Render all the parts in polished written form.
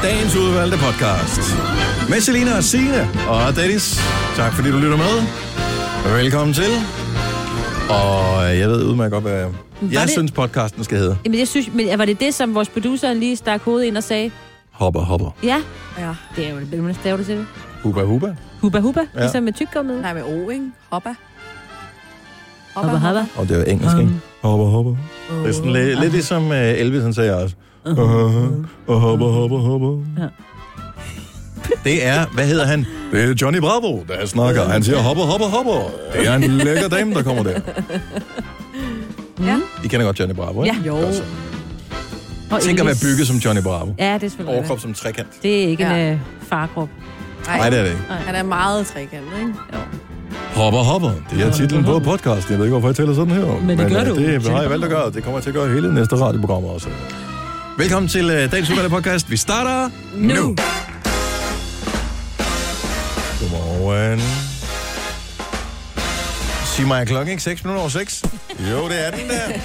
dagens udvalgte podcast. Med Selina og Signe og Dennis. Tak fordi du lytter med. Velkommen til. Og jeg ved udmærket godt, hvad jeg synes podcasten skal hedde. Jamen, jeg synes, var det, som vores producer lige stak hovedet ind og sagde? Hopper. Ja. Det er jo det, man staver det til det. Hubba. Hubba, ja. Ligesom med tyggegummet. Nej, med O, ikke? Hoppa. Og det er engelsk, ikke? Hopper. Det er sådan lidt ligesom Elvis, han sagde også. Hopper. Ja. Det er, hvad hedder han? Det er Johnny Bravo, der snakker. Han siger hopper. Det er en lækker dame, der kommer der. Ja. I kender godt Johnny Bravo, ikke? Ja. Jo. Tænk at være bygget som Johnny Bravo. Ja, det er selvfølgelig. Overkrop som trekant. Det er ikke en farkrop. Nej, det er det ikke. Han er meget trekantet, ikke? Jo. Hopper. Det er titlen på podcasten. Jeg ved ikke, hvorfor jeg tæller sådan her. Men det gør du. Det har jeg valgt at gøre. Det kommer jeg til at gøre hele næste radioprogram også. Velkommen til dagens udvalgte podcast. Vi starter nu. Godmorgen. Sig mig, klokken ikke 6 minutter over 6? Jo, det er den der.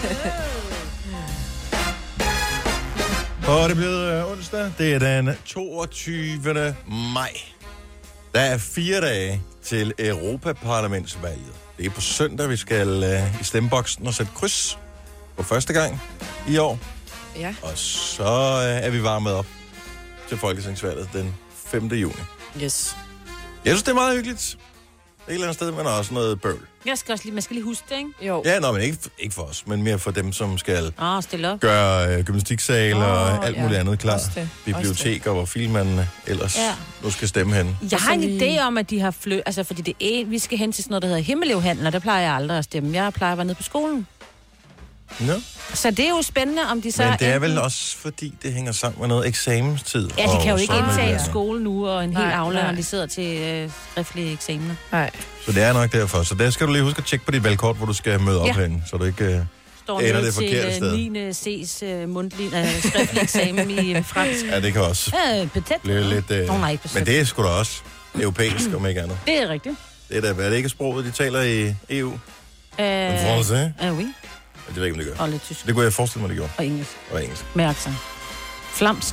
Og det er blevet onsdag. Det er den 22. maj. Der er 4 dage til Europaparlamentsvalget. Det er på søndag, vi skal i stemmeboksen og sætte kryds for første gang i år. Ja. Og så er vi varmet op til folketingsvalget den 5. juni. Yes. Jeg synes, det er meget hyggeligt. Et eller andet sted, men også noget bøvl. Man skal lige huske det, ikke? Jo. Ja, men ikke for os, men mere for dem, som skal stille op. gøre gymnastiksal og alt muligt andet klar. Biblioteker, hvor filmmændene ellers nu skal stemme hen. Jeg har en idé om, at de har fordi vi skal hen til sådan noget, der hedder Himmelevhandel, og der plejer jeg aldrig at stemme. Jeg plejer at være nede på skolen. Ja. Så det er jo spændende, om de så... Men det er vel også, fordi det hænger sammen med noget eksamenstid. Ja, de kan jo ikke indtage skole nu, og en hel aula, når de sidder til skriftlige eksamener. Nej. Så det er nok derfor. Så der skal du lige huske at tjekke på dit valgkort, hvor du skal møde op hen, så du ikke ender det forkerte sted. Står 9. C's mundtlig skriftlig eksamen i fransk. Ja, det kan også blive lidt... men det er sgu da også europæisk, om ikke andet. Det er rigtigt. Det er det ikke sproget, de taler i EU? Français? Oui. Det ved jeg ikke, om det gør. Og lidt tysk. Det kunne jeg forestille mig, det gjorde. Og engelsk. Med accent. Flamsk.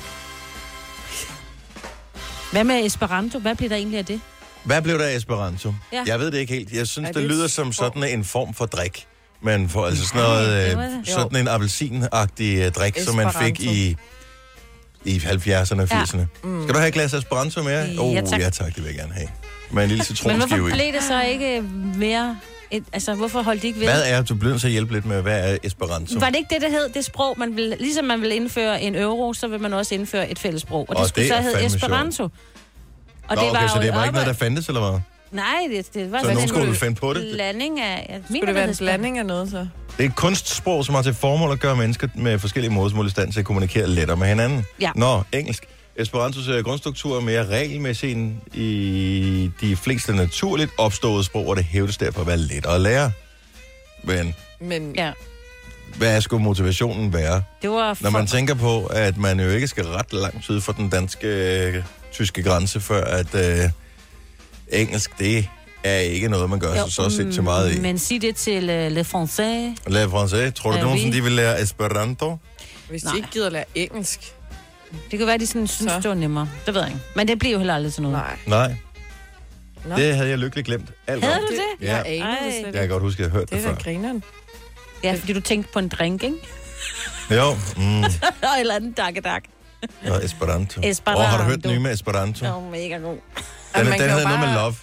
Hvad med Esperanto? Hvad bliver der egentlig af det? Hvad blev der af Esperanto? Ja. Jeg ved det ikke helt. Jeg synes, det lyder som sådan en form for drik. Man får altså sådan noget, sådan en appelsinagtig drik, som man fik i 70'erne og 80'erne. Skal du have et glas Esperanto mere? Ja tak, det vil jeg gerne have. Med en lille citronskive i. Men hvorfor blev det så ikke mere... hvorfor holdt de ikke ved? Hvad er, du bliver nødt til at hjælpe lidt med, hvad er Esperanto? Var det ikke det, der hed det sprog, man vil, ligesom man vil indføre en euro, så vil man også indføre et fælles sprog. Og det skulle så hedde Esperanto. Og det var så det var ikke noget, der fandtes, eller hvad? Nej, det var så nogen skulle finde på det? Blanding af... Skulle det være en blanding af noget, så? Det er et kunstsprog, som har til formål at gøre mennesker med forskellige modersmål i stand til at kommunikere lettere med hinanden. Ja. Engelsk. Esperantos grundstruktur er mere regelmæssig end i de fleste naturligt opståede sprog, og det hævdes derfor at være lettere at lære. Men hvad skulle motivationen være? Det var når man tænker på, at man jo ikke skal ret langt ud for den danske-tyske grænse, før at engelsk, det er ikke noget, man gør sig så sindssygt meget i. Men sig det til Le Français. Le Français. Tror du, nogen de vil lære Esperanto? Hvis de ikke gider lære engelsk. Det kan være, de synes, det var nemmere. Det ved jeg ikke. Men det bliver jo heller aldrig sådan noget. Nej. Det havde jeg lykkeligt glemt. Havde du det? Ja. Jeg kan godt huske, at jeg har hørt det før. Det er da grineren. Ja, fordi du tænkte på en drink, ikke? Jo. Og eller anden dak. Og Esperanto. Har du hørt den nye med Esperanto? Jo, mega god. Den hedder noget med love.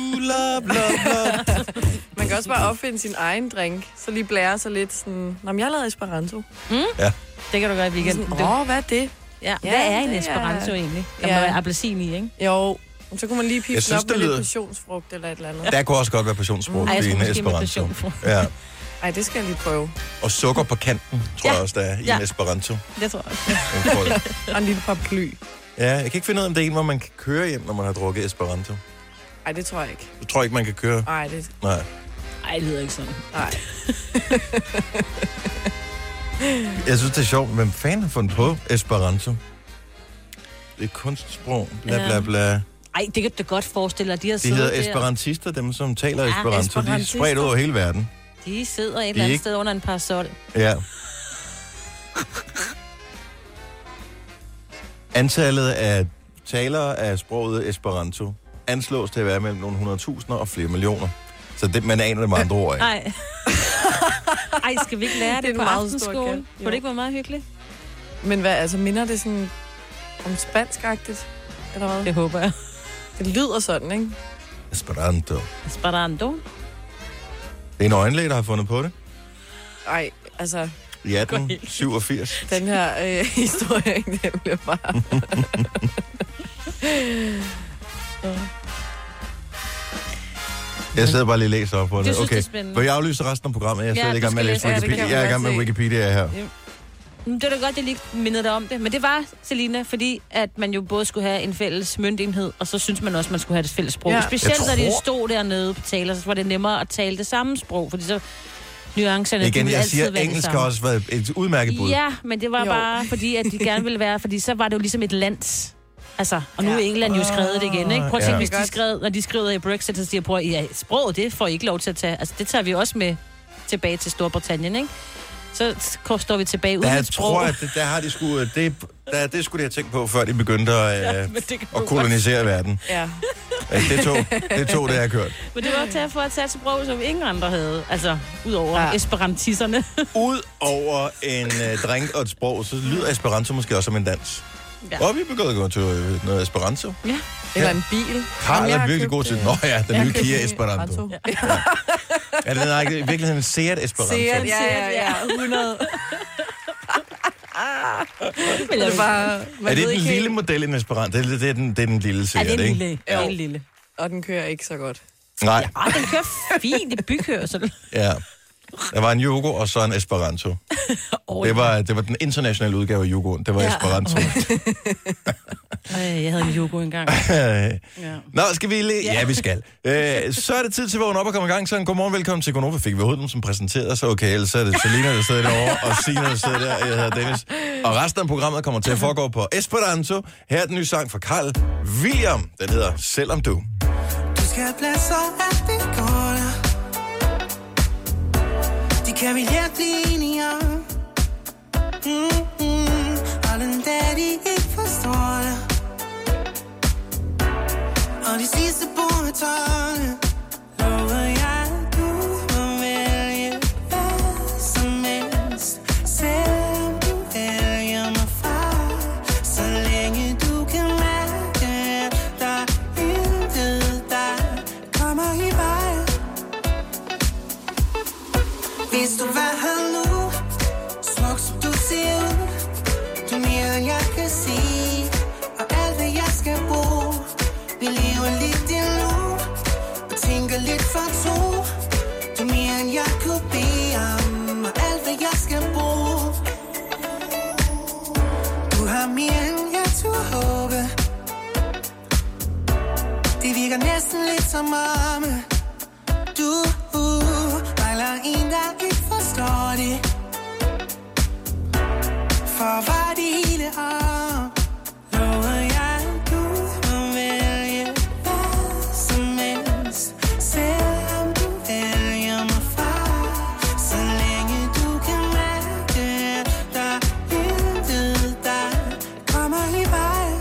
Love. Man kan også bare opfinde sin egen drink, så lige blære sig lidt sådan, jeg har lavet Esperanto. Ja. Det kan du gøre i weekenden. Hvad er det? Ja. Hvad er en Esperanto egentlig? Der må være appelsin i, ikke? Jo. Så kunne man lige pifte op med lidt passionsfrugt eller et eller andet. Der kunne også godt være passionsfrugt i en Esperanto. Ja. Ej, det skal jeg lige prøve. Og sukker på kanten, tror jeg også, der er i en Esperanto. Det tror jeg også. Og en lille paraply. Ja, jeg kan ikke finde ud af, om det er en, hvor man kan køre hjem, når man har drukket Esperanto. Ej, det tror jeg ikke. Du tror ikke, man kan køre? Nej, det lyder ikke sådan. Nej. Jeg synes, det er sjovt. Hvem fanden har fundet på Esperanto? Det er kunstsprog. Bla, bla, bla. Ej, det kan du godt forestille dig. De hedder esperantister, dem som taler Esperanto. De er spredt over hele verden. De sidder et eller andet sted under en parasol. Ja. Antallet af talere af sproget Esperanto anslås til at være mellem nogle 100.000 og flere millioner. Så det, man aner det med andre ord, ikke? Nej. Ej, skal vi ikke lære det Det er på en meget stor aftenskole? gæld. Kunne det ikke være meget hyggeligt? Men hvad, altså minder det sådan om spanskagtigt? Eller hvad? Det håber jeg. Det lyder sådan, ikke? Esperanto. Esperanto. Det er en øjenlæge, der har fundet på det. Ej, altså, I 1887. den her historie, ikke, den bliver bare... Jeg sidder bare lige og læser op på det. Jeg synes, Okay. det er spændende. Vil jeg aflyse resten af programmet? Jeg Ja, sidder i du gang med at skal læse læse. Ja, det Wikipedia. kan Jeg er i man gang med godt se. Wikipedia her. Det var da godt, jeg lige mindede dig om det. Men det var, Selina, fordi at man jo både skulle have en fælles møntenhed, og så synes man også, man skulle have et fælles sprog. Ja. Specielt Jeg når de tror- stod dernede på taler, så var det nemmere at tale det samme sprog, fordi så nuancerne, de Igen, ville jeg altid siger, være det engelsk har samme. også været et udmærket bud. Ja, men det var Jo. bare fordi, at de gerne ville være, fordi så var det jo ligesom et lands. Altså, og nu er Ja. England jo skrevet det igen, ikke? Prøv at tænke, Ja. hvis de skrev, når de skriver i Brexit, så siger de, prøv at ja, sproget, det får I ikke lov til at tage. Altså, det tager vi også med tilbage til Storbritannien, ikke? Så står vi tilbage uden Der et sprog. tror jeg, at der har de sgu... Det skulle de have tænkt på, før de begyndte at men det kan at du kolonisere verden. Ja. Det tog, det har kørt. Men det var til for at tage et sprog, som ingen andre havde. Altså, udover Ja. esperantisserne. Udover en drink og et sprog, så lyder Esperanto måske også som en dans. Ja. Og vi begynder at gå til noget Esperanto. Ja. Eller en bil. Karl Jamen, jeg er har virkelig købt, god til... øh, Nå ja, den jeg har nye købt Kia en Esperanto. Ja. Er det i virkeligheden en Seat Esperanto? Seat, ja, 100. Men Det er bare, man Er det ved den ikke lille helt, model i en Esperanto? Det er den lille Ja, Seat, det er en ikke? lille. Det er en lille. og den kører ikke så godt. Nej, Ah, den kører fint i bykørsel. ja. Der var en Yugo og så en Esperanto. Det var den internationale udgave af Yugoen. Det var Esperanto. Jeg havde en yoga engang. Nå, skal vi lige... Ja, vi skal. Så er det tid til at vågne op og komme i gang. Så en godmorgen, velkommen til Gonova. Fik vi overhovedet nogen, som præsenterede sig? Okay, ellers er det Selina, der sidder derovre, og Signe, der sidder der. Jeg hedder Dennis. Og resten af programmet kommer til at foregå på Esperanto. Her er den nye sang fra Carl William. Den hedder Selvom du. Du skal have plads og alt det går der. Det kan vi let blive enige om. Og den dag de ikke forstår det. Og de sidste bord er tomme. Lover jeg, du må vælge hvad som helst. Selvom du vælger mig fra. Så længe du kan mærke, at der er intet, der kommer i vejen. Hvis du var her nu, smuk som du ser ud. Du er mere end jeg kan sige. Og alt hvad jeg skal bruge. Vi lever lidt i nu. Og tænker lidt for to. Du er mere end jeg kunne bede om. Og alt hvad jeg skal bruge. Du har mere end jeg turde håbe. Det virker næsten lidt som om du mangler en, der ikke forstår det. For var det hele om, lover jeg, du må vælge hvad som helst. Selvom du vælger mig fra. Så længe du kan mærke, at der er intet, der kommer i vejen.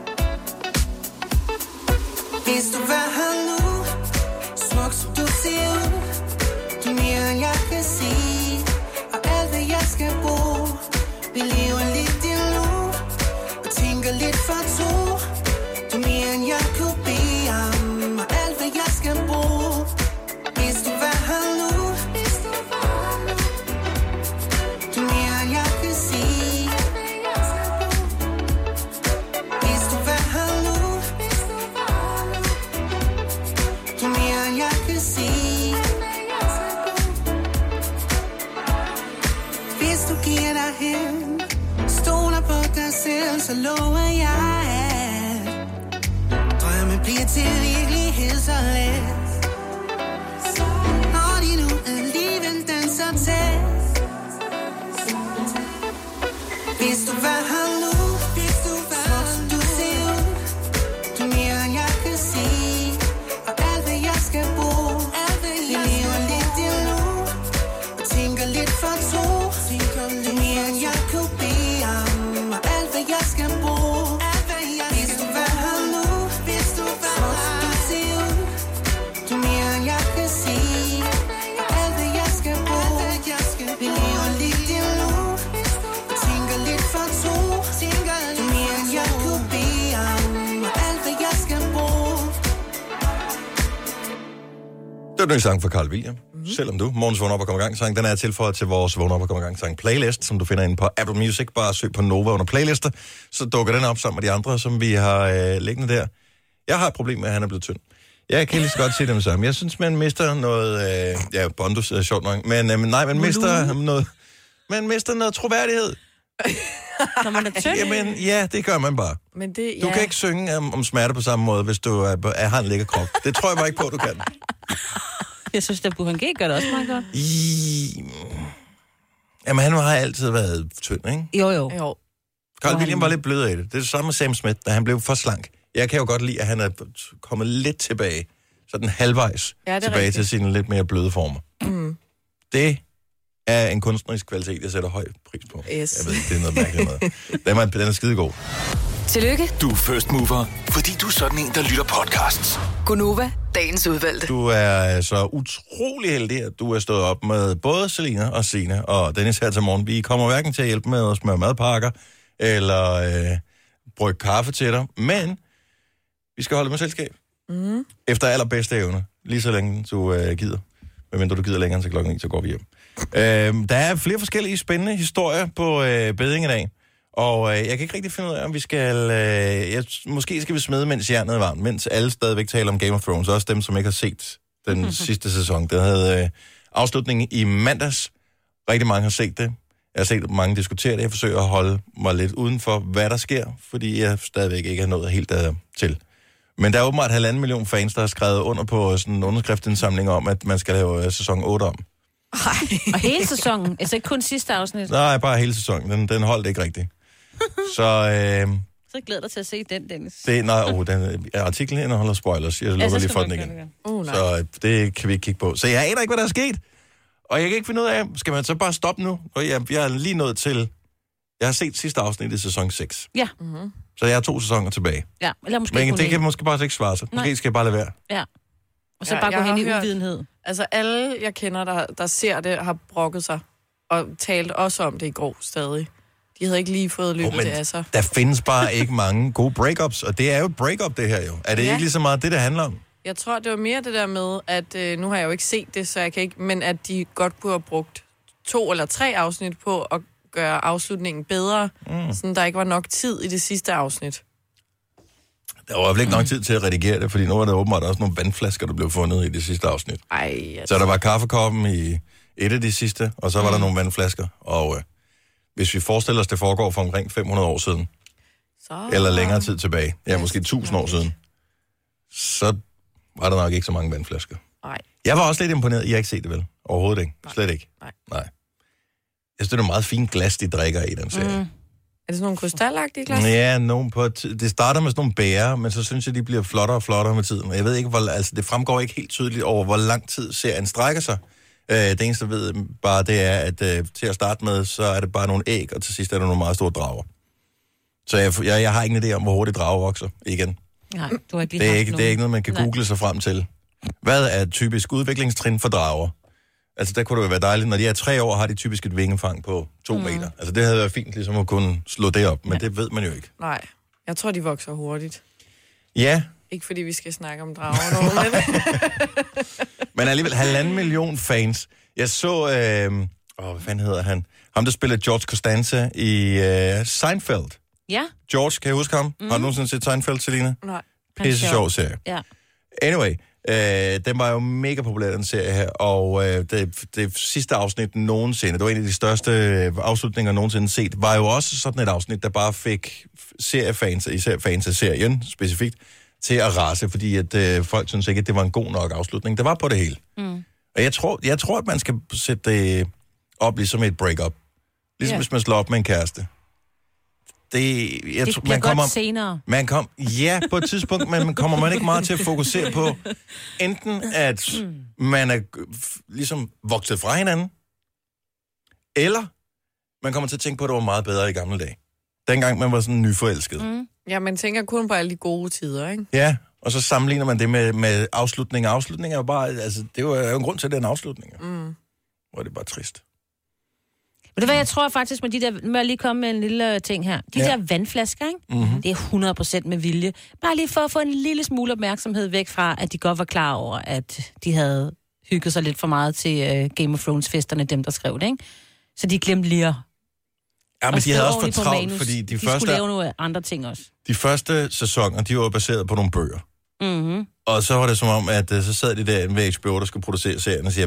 Hvis du var her nu, smuk som du ser ud. Du er mere end jeg kan sige. Og alt hvad jeg skal bruge. Vi lever lidt i nu. Og tænker lidt for to. Du er mere end jeg kunne bede om. Og alt hvad jeg skal bruge. Hvis du var her nu. Du er mere end jeg kan sige. Hvis du var her nu. Du er mere end jeg kan sige. Hvis du giver dig hen, stoler på dig selv, så lover jeg, at drømme bliver til virkelighed så let. Når de nu alligevel danser tæt. Hvis du var her nu, smuk som du ser ud. Du er mere end jeg kan sige. Og alt hvad jeg skal bruge. Vi lever lidt i nu. Og tænker lidt for to. Du er mere end jeg kunne bede om. Og alt hvad jeg skal bruge. Det var en sang fra Carl William. Selvom du. Morgens vågn op og kom i gang sang. Den er tilføjet til vores vågn op og kom i gang sang playlist, som du finder inde på Apple Music. Bare søg på Nova under playlister. Så dukker den op sammen med de andre, som vi har liggende der. Jeg har et problem med, at han er blevet tynd. Jeg kan lige så godt sige det med sammen. Jeg synes, man mister noget... Bondus er sjovt nok. Men nej, man mister noget troværdighed. Når man er tynd? Jamen, ja, det gør man bare. Men det, Du kan ikke synge om smerte på samme måde, hvis du har en lækker krop. Det tror jeg bare ikke på, du kan. Jeg synes, at Burhan G gør det også meget godt. Jamen, han har altid været tynd, ikke? Jo. Carl William var lidt blød af det. Det er det samme med Sam Smith, da han blev for slank. Jeg kan jo godt lide, at han er kommet lidt tilbage, sådan halvvejs tilbage til sine lidt mere bløde former. Mm. Det er en kunstnerisk kvalitet, jeg sætter høj pris på. Yes. Jeg ved ikke, det er noget mærkeligt noget. Den er skidegod. Tillykke. Du er first mover, fordi du er sådan en, der lytter podcasts. Gunova, dagens udvalgte. Du er så utrolig heldig, at du er stået op med både Selina og Signe og Dennis her til morgen. Vi kommer hverken til at hjælpe med at smøre madpakker eller brygge kaffe til dig, men vi skal holde med selskab. Mm. Efter allerbedste evne. Lige så længe du gider. Medmindre du gider længere til klokken 9, så går vi hjem. Der er flere forskellige spændende historier på bedingen af. Og jeg kan ikke rigtig finde ud af, om vi skal... måske skal vi smide, mens jernet er varmt. Mens alle stadigvæk taler om Game of Thrones. Også dem, som ikke har set den sidste sæson. Den havde afslutningen i mandags. Rigtig mange har set det. Jeg har set mange diskutere det. Jeg forsøger at holde mig lidt uden for, hvad der sker. Fordi jeg stadigvæk ikke har nået helt til. Men der er åbenbart 1,5 million fans, der har skrevet under på sådan en underskriftsindsamling om, at man skal lave sæson 8 om. Og hele sæsonen? Altså ikke kun sidste afsnit? Nej, bare hele sæsonen. Den holdt ikke rigtigt. Så så glæder dig til at se den, Dennis. Artiklen indeholder spoilers. Jeg lukker lige for den igen. Så det kan vi ikke kigge på. Så jeg aner ikke, hvad der er sket. Og jeg kan ikke finde ud af, skal man så bare stoppe nu? Og jeg er lige nået til... Jeg har set sidste afsnit i sæson 6. Ja. Mm-hmm. Så jeg har 2 sæsoner tilbage. Ja, eller måske men det kan måske bare ikke svare sig. Måske skal jeg bare lade være. Ja. Og så bare gå hen i uvidenhed. Altså alle, jeg kender, der ser det, har brokket sig. Og talt også om det i går stadig. De havde ikke lige fået løbet det af sig. Der findes bare ikke mange gode breakups, og det er jo et breakup, det her jo. Er det ikke lige så meget det handler om? Jeg tror, det var mere det der med, at nu har jeg jo ikke set det, så jeg kan ikke... Men at de godt kunne have brugt 2 eller 3 afsnit på at gøre afslutningen bedre, sådan der ikke var nok tid i det sidste afsnit. Der var i hvert fald ikke nok tid til at redigere det, fordi nu var der åbenbart også nogle vandflasker, der blev fundet i det sidste afsnit. Så der var kaffekoppen i et af de sidste, og så var der nogle vandflasker. Og hvis vi forestiller os, det foregår for omkring 500 år siden, eller længere tid tilbage, måske 1000 år siden, så var der nok ikke så mange vandflasker. Nej. Jeg var også lidt imponeret. I har ikke set det vel? Overhovedet ikke. Slet ikke. Nej. Jeg synes, det er meget fint glas, de drikker i den serie. Er det sådan nogle krystalagtige glas? Ja, det starter med sådan nogle bærer, men så synes jeg, de bliver flottere og flottere med tiden. Jeg ved ikke, det fremgår ikke helt tydeligt over, hvor lang tid serien strækker sig. Det eneste, jeg ved bare, det er, at til at starte med, så er det bare nogle æg, og til sidst er der nogle meget store drager. Så jeg har ingen idé om, hvor hurtigt drager vokser igen. Nej, du har det er ikke noget, man kan google sig frem til. Hvad er typisk udviklingstrin for drager? Altså, der kunne det jo være dejligt. Når de er 3 år, har de typisk et vingefang på 2 meter. Altså, det havde været fint ligesom at kunne slå det op, men det ved man jo ikke. Nej, jeg tror, de vokser hurtigt. Ja. Ikke fordi vi skal snakke om drager. Men alligevel 1,5 million fans. Jeg så, hvad fanden hedder han? Ham, der spiller George Costanza i Seinfeld. Ja. George, kan jeg huske ham? Har du nogensinde set Seinfeld, Selina? Nej. Pisse sjov serie. Ja. Anyway, den var jo mega populær, den serie her, og det sidste afsnit nogensinde, det var en af de største afslutninger nogensinde set, var jo også sådan et afsnit, der bare fik seriefans, især fans af serien specifikt, til at rase, fordi at folk synes ikke, at det var en god nok afslutning. Det var på det hele. Og jeg tror, at man skal sætte det op ligesom et break-up. Ligesom hvis man slår op med en kæreste. Det bliver godt senere. På et tidspunkt, men kommer man ikke meget til at fokusere på, enten at man er ligesom vokset fra hinanden, eller man kommer til at tænke på, at det var meget bedre i gamle dage. Dengang man var sådan nyforelsket. Ja, man tænker kun på alle de gode tider, ikke? Ja, og så sammenligner man det med afslutninger. Afslutninger er jo bare, altså, det er jo en grund til, at det er en afslutning. Hvor er det bare trist. Ved du hvad, jeg tror faktisk, med de der, må jeg lige komme med en lille ting her. De der vandflasker, ikke? Mm-hmm. Det er 100% med vilje. Bare lige for at få en lille smule opmærksomhed væk fra, at de godt var klar over, at de havde hyggede sig lidt for meget til Game of Thrones-festerne, dem der skrev det, ikke? Så de glemte lige at... Ja, men de havde også for travlt, manus. fordi de skulle lave nogle andre ting også. De første sæsoner, de var baseret på nogle bøger. Mhm. Og så var det som om, at så sad de der ved HBO, der skulle producere serien, og siger,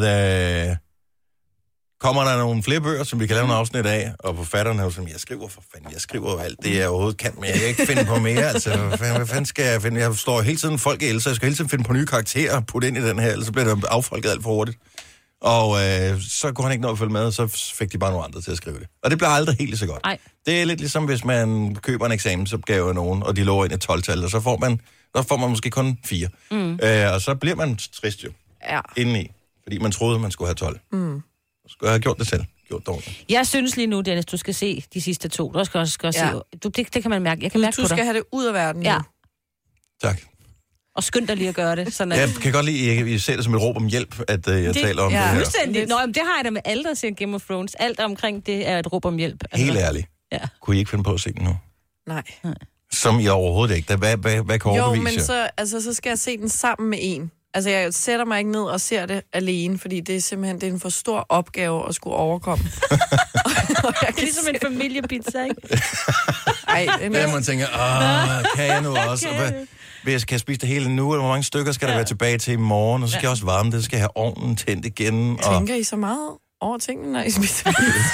kommer der nogle flere bøger, som vi kan lave en afsnit af? Og forfatterne er jo sådan, jeg skriver jo alt det, jeg overhovedet kan, men jeg kan ikke finde på mere. Altså, hvad fanden skal jeg finde? Jeg står hele tiden folk i Elsa, jeg skal hele tiden finde på nye karakterer og putte ind i den her, ellers så bliver det affolket alt for hurtigt. Og så kunne han ikke nå at følge med, og så fik de bare nogle andre til at skrive det. Og det bliver aldrig helt så godt. Ej. Det er lidt ligesom, hvis man køber en eksamensopgave af nogen, og de lover ind et 12-tal, og så får man måske kun 4. Og så bliver man trist jo, indeni, fordi man troede, man skulle have 12. Skulle jeg have gjort det selv? Gjort dårligt. Jeg synes lige nu, Dennis, du skal se de sidste 2. Du skal også se... Det kan man mærke. Jeg kan mærke Du på skal dig. have det ud af verden nu. Ja. Tak. Og skynd dig lige at gøre det. Sådan at... Jeg kan godt lide, at I ser det som et råb om hjælp, at jeg taler om det her. Fuldstændig. Nå, men det har jeg da med alle, der ser Game of Thrones. Alt omkring det er et råb om hjælp. Altså. Helt ærligt. Ja. Kunne I ikke finde på at se den nu? Nej. Som I overhovedet ikke. Hvad kan Jo, overbevise men så skal jeg se den sammen med en. Altså, jeg sætter mig ikke ned og ser det alene, fordi det er simpelthen en for stor opgave at skulle overkomme. Det er ligesom en familiepizza, ikke? Ej, Ja, man tænker, kan jeg nu også? Kan jeg spise det hele nu, eller hvor mange stykker skal der være tilbage til i morgen? Og så skal jeg også varme det, så skal jeg have ovnen tændt igen. Tænker I så meget over tingene, når I spiser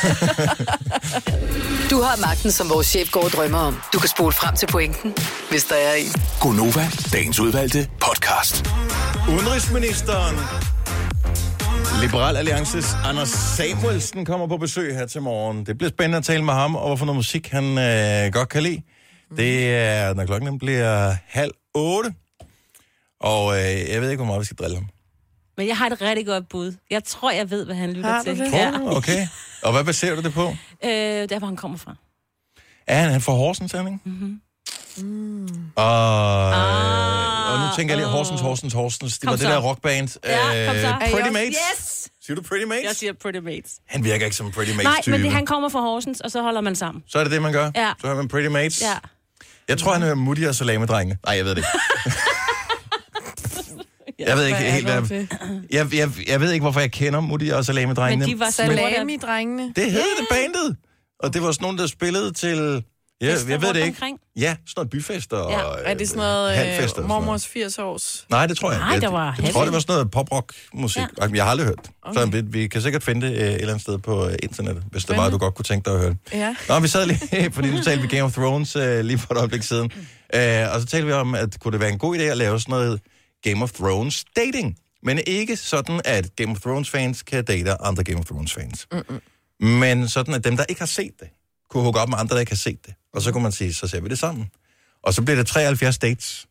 Du har magten, som vores chef går og drømmer om. Du kan spole frem til pointen, hvis der er en. Gonova, dagens udvalgte podcast. Udenrigsministeren, Liberal Alliances Anders Samuelsen kommer på besøg her til morgen. Det bliver spændende at tale med ham, og hvorfor noget musik han godt kan lide. Det er, når klokken bliver 7:30. Og jeg ved ikke, hvor meget vi skal drille ham. Men jeg har et rigtig godt bud. Jeg tror, jeg ved, hvad han lytter til. Ja. Okay. Og hvad baserer du det på? Der, hvor han kommer fra. Er han fra Horsens, ikke? Og nu tænker jeg lige, Horsens. Det var det der rockband. Ja, kom så. Pretty Mates. Yes! Siger du Pretty Mates? Jeg siger Pretty Mates. Han virker ikke som en Pretty Nej, Mates-type. men han kommer fra Horsens, og så holder man sammen. Så er det det, man gør? Ja. Så hører man Pretty Mates? Ja. Jeg tror, han hører Mutti og Salami-drengene. Nej, jeg ved det ikke. Jeg ved ikke helt, hvad... Jeg ved ikke, hvorfor jeg kender Mutti og Salami-drengene. Men de var Salami-drengene. Det hed det bandet. Og det var sådan nogen, der spillede til... Ja, jeg ved det ikke. Omkring. Ja, sådan noget byfester og Er det sådan noget halvfester og sådan noget. mormors 80-års? Nej, det tror jeg. Nej, der var jeg tror, det var sådan noget pop-rock-musik. Ja. Jeg har aldrig hørt det. Okay. Så vi kan sikkert finde det et eller andet sted på internettet, hvis det var, du godt kunne tænke dig at høre det. Ja. Nå, vi sad lige, fordi nu talte vi Game of Thrones lige for et øjeblik siden. Og så talte vi om, at kunne det være en god idé at lave sådan noget Game of Thrones dating. Men ikke sådan, at Game of Thrones-fans kan date andre Game of Thrones-fans. Men sådan, at dem, der ikke har set det, kunne hugge op med andre, der ikke har set det. Og så kunne man sige, så ser vi det sammen. Og så bliver det 73 dates,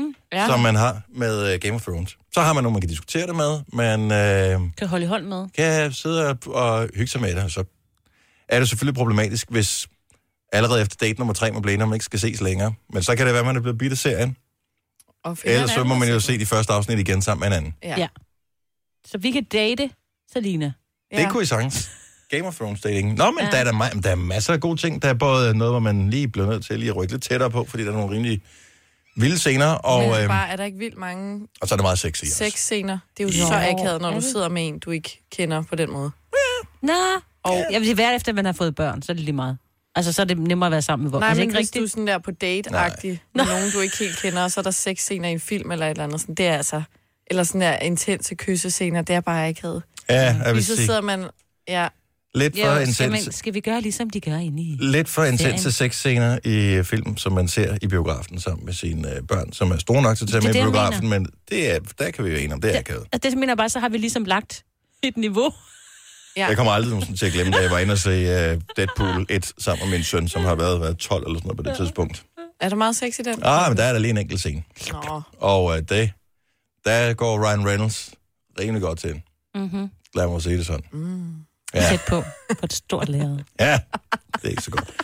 som man har med Game of Thrones. Så har man nogen, man kan diskutere det med, man Kan holde i hånd med. kan sidde og hygge sig med det. Og så er det selvfølgelig problematisk, hvis allerede efter date nummer 3 man bliver enige, om man ikke skal ses længere. Men så kan det være, at man er blevet bidt af serien. Ellers så må man jo se de første afsnit igen sammen med en anden. Ja. Så vi kan date Selina. Ja. Det kunne I sagtens. Game of Thrones dating. Nå, men der er masser af gode ting. Der er både noget, hvor man lige bliver nødt til lige at rykke lidt tættere på, fordi der er nogle rimelig vilde scener. Og, Men bare, er der ikke vildt mange og så er det meget sexy også. sexscener? Det er jo så akavet, når du sidder med en, du ikke kender på den måde. Nå. Og jeg vil sige, hvert efter man har fået børn, så er det lige meget. Altså, så er det nemmere at være sammen med voksne. Nej, men ikke hvis rigtigt? du er sådan der på date-agtig med nogen, du ikke helt kender, og så er der sexscener i en film eller et eller andet, sådan, det er altså... Eller sådan der intense kyssescener, det er bare akavet. Ja, jeg vil Lige så sige. sidder man... Ja, Lidt for Skal vi gøre ligesom de gør inde i... Lidt for intense sexscener i film, som man ser i biografen sammen med sine børn, som er store nok til at tage med i biografen, men der kan vi jo enige om, det er akavet. Det mener jeg bare, så har vi ligesom lagt et niveau. ja. Jeg kommer aldrig nogensinde til at glemme, da jeg var inde og se Deadpool 1 sammen med min søn, som har været 12 eller sådan noget på det tidspunkt. Er der meget sex i den? Men der er der lige en enkelt scene. Nå. Og der går Ryan Reynolds rimelig godt til. Lad mig sige det sådan. Ja. Tæt på et stort lærred. Ja, det er ikke så godt.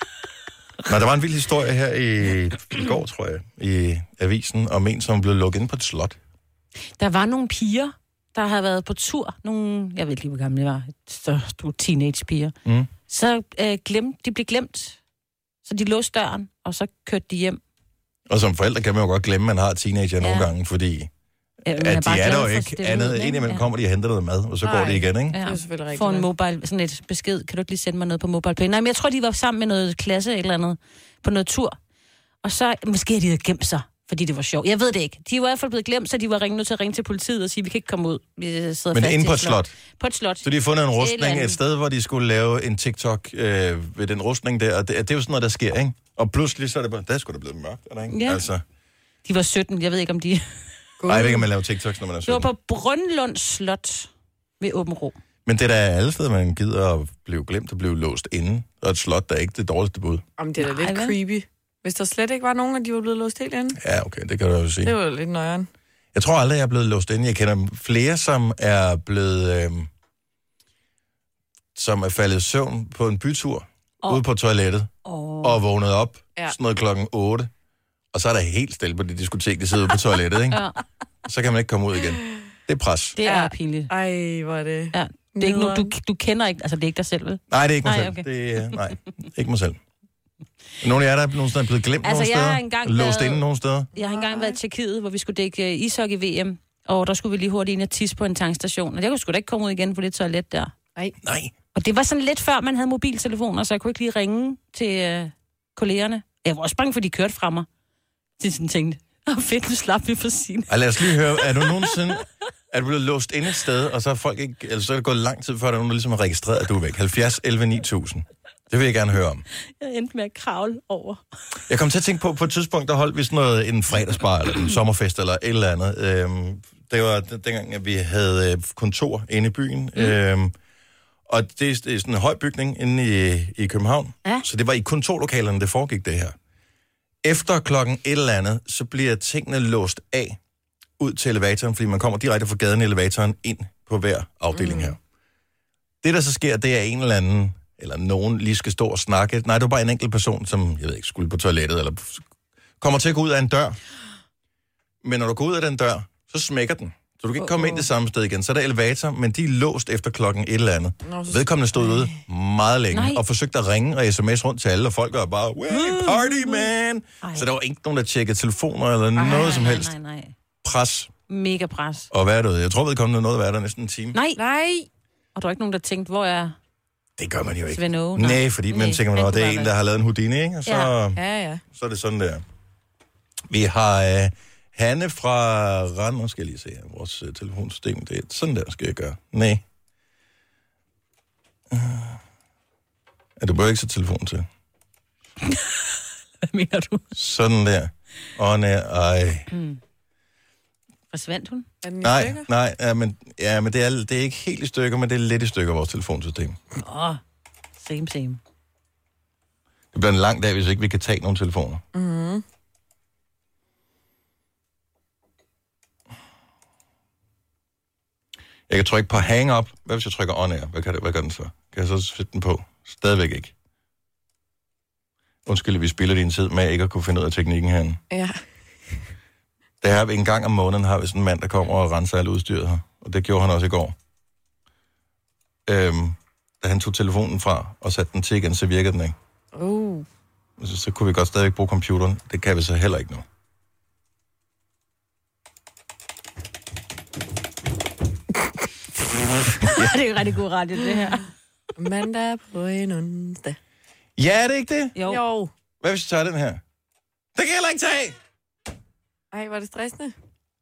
Nå, der var en vild historie her i går, tror jeg, i avisen, om en, som blev lukket ind på et slot. Der var nogle piger, der havde været på tur. Jeg ved ikke lige, hvor gamle de var. Store teenage-piger. Så de blev glemt. Så de låste døren, og så kørte de hjem. Og som forældre kan man jo godt glemme, at man har teenager nogle gange, fordi Ja, de er der jo ikke andet. Indimellem kommer de og henter noget mad, og så går de igen, ikke? Det er selvfølgelig rigtigt. Får en mobile, sådan et besked. Kan du ikke lige sende mig noget på MobilePay? Nej, men jeg tror, de var sammen med noget klasse eller andet på noget tur. Og så måske de havde gemt sig, fordi det var sjovt. Jeg ved det ikke. De var i hvert fald blevet glemt, så de var nødt til at ringe til politiet og sige, vi kan ikke komme ud. Vi sidder men fast inde på et slot? På et slot. Så de har fundet en rustning et sted, hvor de skulle lave en TikTok ved den rustning der, og det er jo sådan noget, der sker, ikke? Og pludselig så er det bare, der skulle da blevet mørkt, er der ikke? Ja. Altså. De var 17, jeg ved ikke om de... Nej, jeg ved ikke, om man laver TikToks, når man er 17. Det var på Brøndlund Slot ved Åben Rå. Men det er da alle steder, man gider at blive glemt og blive låst inde. Og et slot, der er ikke det dårligste bud. Jamen, det er da lidt creepy. Hvis der slet ikke var nogen, at de var blevet låst helt inde. Ja, okay, det kan du jo sige. Det var lidt nøjeren. Jeg tror aldrig, jeg er blevet låst inde. Jeg kender flere, som er blevet... som er faldet i søvn på en bytur ude på toilettet og vågnet op sådan noget klokken 8. Og så er der helt stille på det diskotek, de sidder ude på toilettet, ikke? Så kan man ikke komme ud igen. Det er pres. Det er pinligt. Ej, hvor er det... Ja. Det er ikke nogen, du kender ikke, altså det er ikke dig selv, vel? Nej, det er ikke mig selv. Okay. Nej, ikke mig selv. Nogle af jer, der er nogensinde blevet glemt nogle steder? Låst inde nogle steder? Jeg har engang været i Tjekkiet, hvor vi skulle dække ishockey-VM, og der skulle vi lige hurtigt ind og tisse på en tankstation. Og jeg kunne sgu da ikke komme ud igen på det toilet der. Nej. Og det var sådan lidt før, man havde mobiltelefoner, så jeg kunne ikke lige ringe til kollegerne. Jeg var også bange for, de kørte fra mig. De sådan tænkte, fedt, nu slap vi for sin. Lad os lige høre, er du nogensinde blevet låst inde et sted, og så er folk ikke, eller så er det gået lang tid før, der er nogen, der ligesom har registreret, at du er væk. 70 11 9000. Det vil jeg gerne høre om. Jeg endte med at kravle over. Jeg kom til at tænke på et tidspunkt, der holdt vi sådan noget, en fredagsbar, eller en sommerfest, eller et eller andet. Det var dengang, at vi havde kontor inde i byen. Og det er sådan en høj bygning inde i København. Ja. Så det var i kontorlokalerne, det foregik det her. Efter klokken et eller andet, så bliver tingene låst af ud til elevatoren, fordi man kommer direkte fra gaden i elevatoren ind på hver afdeling her. Det, der så sker, det er en eller anden, eller nogen lige skal stå og snakke. Nej, det var bare en enkelt person, som, jeg ved ikke, skulle på toilettet, eller kommer til at gå ud af en dør. Men når du går ud af den dør, så smækker den. Så du kan ikke komme ind det samme sted igen. Så er der elevator, men de er låst efter klokken et eller andet. Vedkommende stod ude meget længe, og forsøgte at ringe og sms rundt til alle, og folk var bare, hey, party, man! Så der var ikke nogen, der tjekkede telefoner eller noget som helst. Nej. Pres. Mega pres. Og hvad er det? Jeg tror, vedkommende nåede at være der næsten en time. Nej. Og der er ikke nogen, der tænkte, hvor er... Det gør man jo ikke. Svend. Nej, fordi man tænker, det er en, der har lavet en Houdini, ikke? Og så, så er det sådan der. Vi har Hanne fra Randers, skal jeg lige se her. Vores telefonsystem, det er sådan der, skal jeg gøre. Nej. Du bør ikke sætte telefon til. Hvad mener du? Sådan der. Forsvandt hun? Nej, men det er ikke helt i stykker, men det er lidt i stykker, vores telefonsystem. Same. Det bliver en lang dag, hvis ikke vi kan tage nogle telefoner. Mhm. Jeg kan trykke på hang up. Hvad hvis jeg trykker on air? Hvad gør den så? Kan jeg så sætte den på? Stadigvæk ikke. Undskyld, vi spiller din tid med ikke at kunne finde ud af teknikken herinde. Ja. Det her en gang om måneden har vi sådan en mand, der kommer og renser alt udstyret her. Og det gjorde han også i går. Da han tog telefonen fra og satte den til igen, så virkede den ikke. Så kunne vi godt stadigvæk bruge computeren. Det kan vi så heller ikke nu. Det er jo rigtig god radio, det her. Mandag på en onsdag. Ja, er det ikke det? Jo. Hvad hvis jeg tager den her? Det kan jeg heller ikke tage! Ej, var det stressende?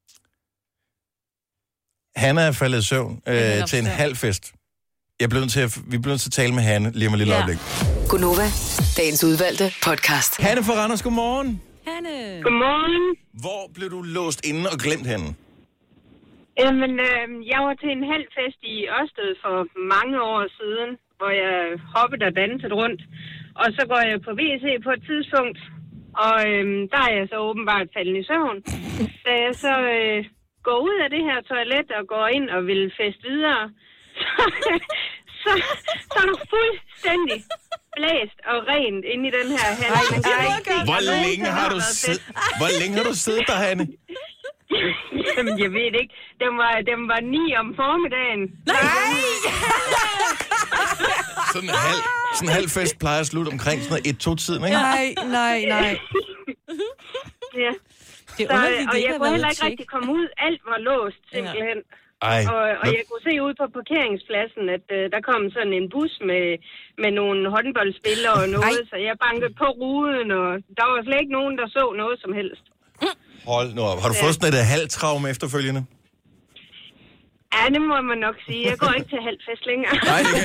Hanne er faldet i søvn til en halv fest. Vi bliver nødt til at tale med Hanne lige om et lille øjeblik. Gunova, dagens udvalgte podcast. Hanne fra Randers, godmorgen. Hanne. Godmorgen. Hvor blev du låst inde og glemt henne? Jamen, jeg var til en halv fest i Ørsted for mange år siden, hvor jeg hoppede og dansede rundt. Og så går jeg på WC på et tidspunkt, og der er jeg så åbenbart faldet i søvn. Da jeg så går ud af det her toilet og går ind og vil feste videre, så er der fuldstændig blæst og rent inde i den her hal. Hvor længe har du siddet der, Hanne? Jamen, jeg ved ikke. Den var 9 om formiddagen. Nej! Sådan en halv fest plejer at slutte omkring sådan 1-2 tiden, ikke? Nej. Ja. Det er Så, underligt, og det ikke jeg har kunne været heller et ikke tjek. rigtig komme ud. Alt var låst, simpelthen. Ej. Og jeg kunne se ude på parkeringspladsen, at der kom sådan en bus med nogle håndboldspillere og noget, så jeg bankede på ruden, og der var slet ikke nogen, der så noget som helst. Hold nu op. Har du fået sådan et halvtraume efterfølgende? Ja, det må man nok sige. Jeg går ikke til halvfest længere. Nej, det kan.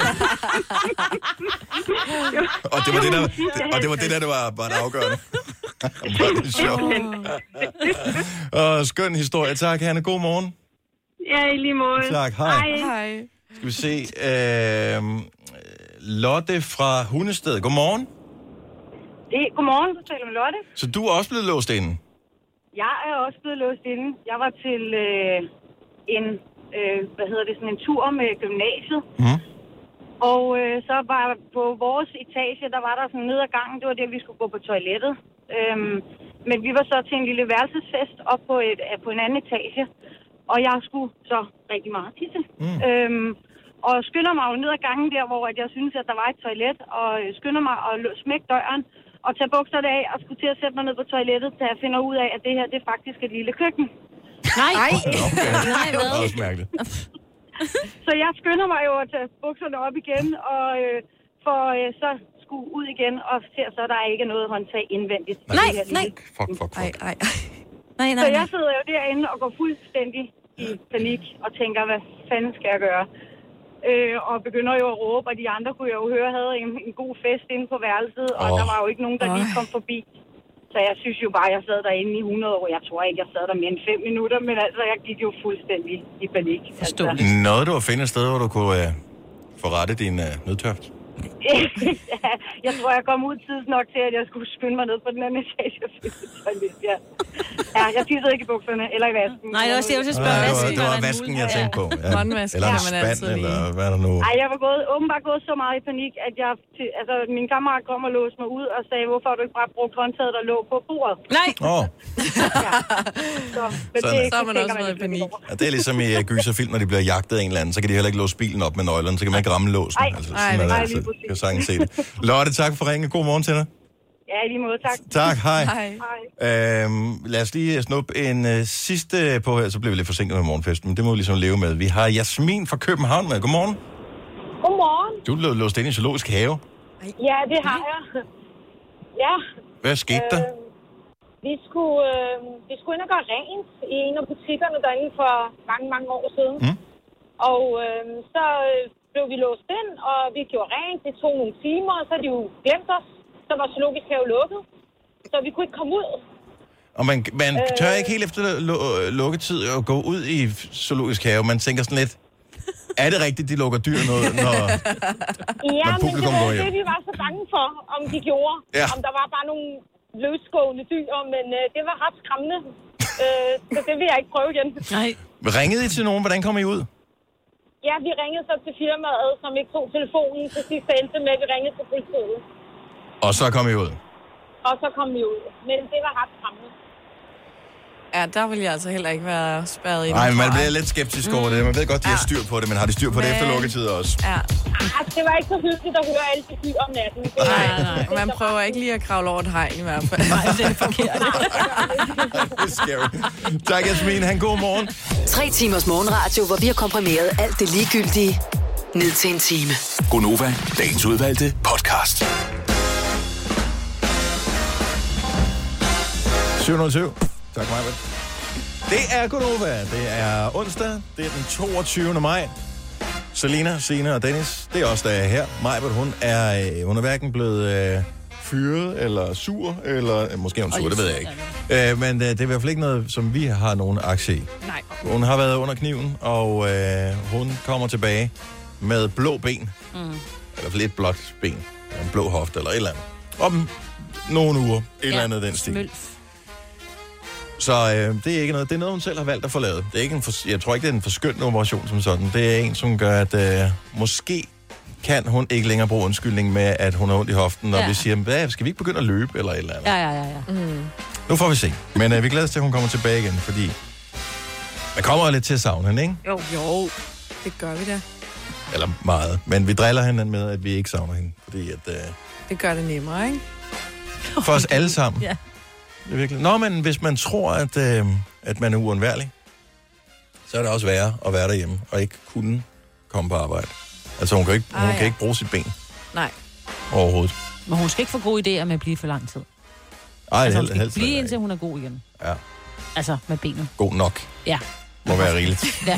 Og det var det der var det afgørende. Det er sjovt. Og skøn historie. Tak, Hanne. God morgen. Ja, i lige måde. Tak, hej. Hej. Skal vi se. Lotte fra Hundested. Godmorgen. Godmorgen, du taler med Lotte. Så du er også blevet låst inde? Jeg er også blevet låst inde. Jeg var til sådan en tur med gymnasiet. Mm. Og så var på vores etage, der var der sådan ned ad gangen, det var der, vi skulle gå på toilettet. Men vi var så til en lille værelsesfest op på en anden etage. Og jeg skulle så rigtig meget tisse. Og skynder mig jo ned ad gangen der, hvor jeg synes, at der var et toilet. Og skynder mig at smække døren og tage bukserne af og skulle til at sætte mig ned på toilettet, da jeg finder ud af, at det her, det er faktisk et lille køkken. Nej. Okay. Nej, Det hvad? er også mærkeligt. Så jeg skynder mig jo at tage bukserne op igen, og så skulle ud igen, og ser så, at der ikke er noget håndtag indvendigt. Nej. Fuck. Nej. Så jeg sidder jo derinde og går fuldstændig i panik og tænker, hvad fanden skal jeg gøre? Og begynder jo at råbe, og de andre kunne jeg jo høre, havde en god fest inde på værelset, og der var jo ikke nogen, der lige kom forbi. Så jeg synes jo bare, at jeg sad derinde i 100 år. Jeg tror ikke, jeg sad der mere end 5 minutter, men altså, jeg gik jo fuldstændig i panik. Forståeligt. Noget, du har fundet et sted, hvor du kunne få rettet din nødtørft? Ja, jeg tror, jeg kom ud tids nok til, at jeg skulle skynde mig ned på den anden etage og finde et toilet. Ja, jeg tissede ikke i bukserne eller i vasken. Nej, det var også det, jeg ville spørge. Det var vasken, jeg tænkte på. Ja. Håndvask Eller en kan man spand, altid eller lige. hvad er der nu? Nej, jeg var åbenbart gået så meget i panik, at min kammerat kom og låste mig ud og sagde, hvorfor har du ikke bare brugt håndtaget, der lå på bordet? Nej. Så er man også været i panik. Ja, det er ligesom i gyserfilm, når de bliver jagtet af en eller anden, så kan de heller ikke låse bilen op med nøglerne, så kan man ikke ramme låsen. Lige præcis. Kan sagtens se det. Lotte, tak for ringen. God morgen til dig. Ja, i lige måde, tak. Tak, hej. Hej. Lad os lige snuppe en sidste på her, så bliver vi lidt forsinket med morgenfesten, men det må vi ligesom leve med. Vi har Jasmin fra København med. Godmorgen. Godmorgen. Du er blevet låst ind i zoologisk have. Ja, det har jeg. Ja. Hvad skete der? Vi skulle ind og gøre rent i en af butikkerne derinde for mange år siden. Og så blev vi låst ind, og vi gjorde rent. Det tog nogle timer, og så har de jo glemt os. Så var zoologisk have lukket. Så vi kunne ikke komme ud. Og man tør ikke helt efter lukketid at gå ud i zoologisk have. Man tænker sådan lidt, er det rigtigt, de lukker dyr når publikum går hjem? Det vi var så bange for, om de gjorde. Ja. Om der var bare nogle løsgående dyr, men det var ret skræmmende. Så det vil jeg ikke prøve igen. Nej. Ringede I til nogen? Hvordan kom I ud? Ja, vi ringede så til firmaet, som ikke tog telefonen. Til sidst endte med, at vi ringede til politiet. Og så kom I ud? Og så kom vi ud. Men det var ret skræmmende. Ja, der vil jeg altså heller ikke være spærret ind. Nej, man bliver lidt skeptisk over det. Man ved godt, de har styr på det, men har de styr på det efter lukketid også? Ja. Det var ikke så hyggeligt at høre alle de dyr om natten. Nej. Man prøver ikke lige at kravle over et hegn i hvert fald. Nej, det er forkert. Det er scary. Tak, Jasmin. Han god morgen. 3 timers morgenradio, hvor vi har komprimeret alt det ligegyldige ned til en time. Gonova, dagens udvalgte podcast. 707. Tak, Maja. Det er Gonova. Det er onsdag. Det er den 22. maj. Selina, Signe og Dennis, det er os, der er her. Majbert, hun er hverken blevet fyret eller sur, eller måske hun sur, det ved jeg ikke. Men det er i hvert fald ikke noget, som vi har nogen aktie i. Nej. Hun har været under kniven, og hun kommer tilbage med blå ben. Eller lidt blåt ben. Eller en blå hofte, eller et eller andet. Om nogle uger. Et eller andet den stil. Smølf. Så det er ikke noget. Det er noget, hun selv har valgt at få lavet. Det er ikke jeg tror ikke, det er en forskønnende operation som sådan. Det er en, som gør, at måske kan hun ikke længere bruge undskyldning med, at hun har ondt i hoften, når vi siger, hvad, skal vi ikke begynde at løbe, eller et eller andet? Ja. Nu får vi se. Men vi glæder os til, at hun kommer tilbage igen, fordi man kommer lidt til at savne hende, ikke? Jo, det gør vi da. Eller meget. Men vi driller hende med, at vi ikke savner hende, fordi at... Det gør det nemmere, ikke? For os alle sammen. Ja. Det er virkelig. Nå, men hvis man tror, at man er uundværlig, så er det også værre at være derhjemme og ikke kunne komme på arbejde. Altså, hun kan ikke bruge sit ben. Nej. Overhovedet. Men hun skal ikke få gode idéer med at blive for lang tid. Ej, Altså, hun skal helst blive indtil hun er god igen. Ja. Altså, med benet. God nok. Ja. Må være rigeligt. Ja.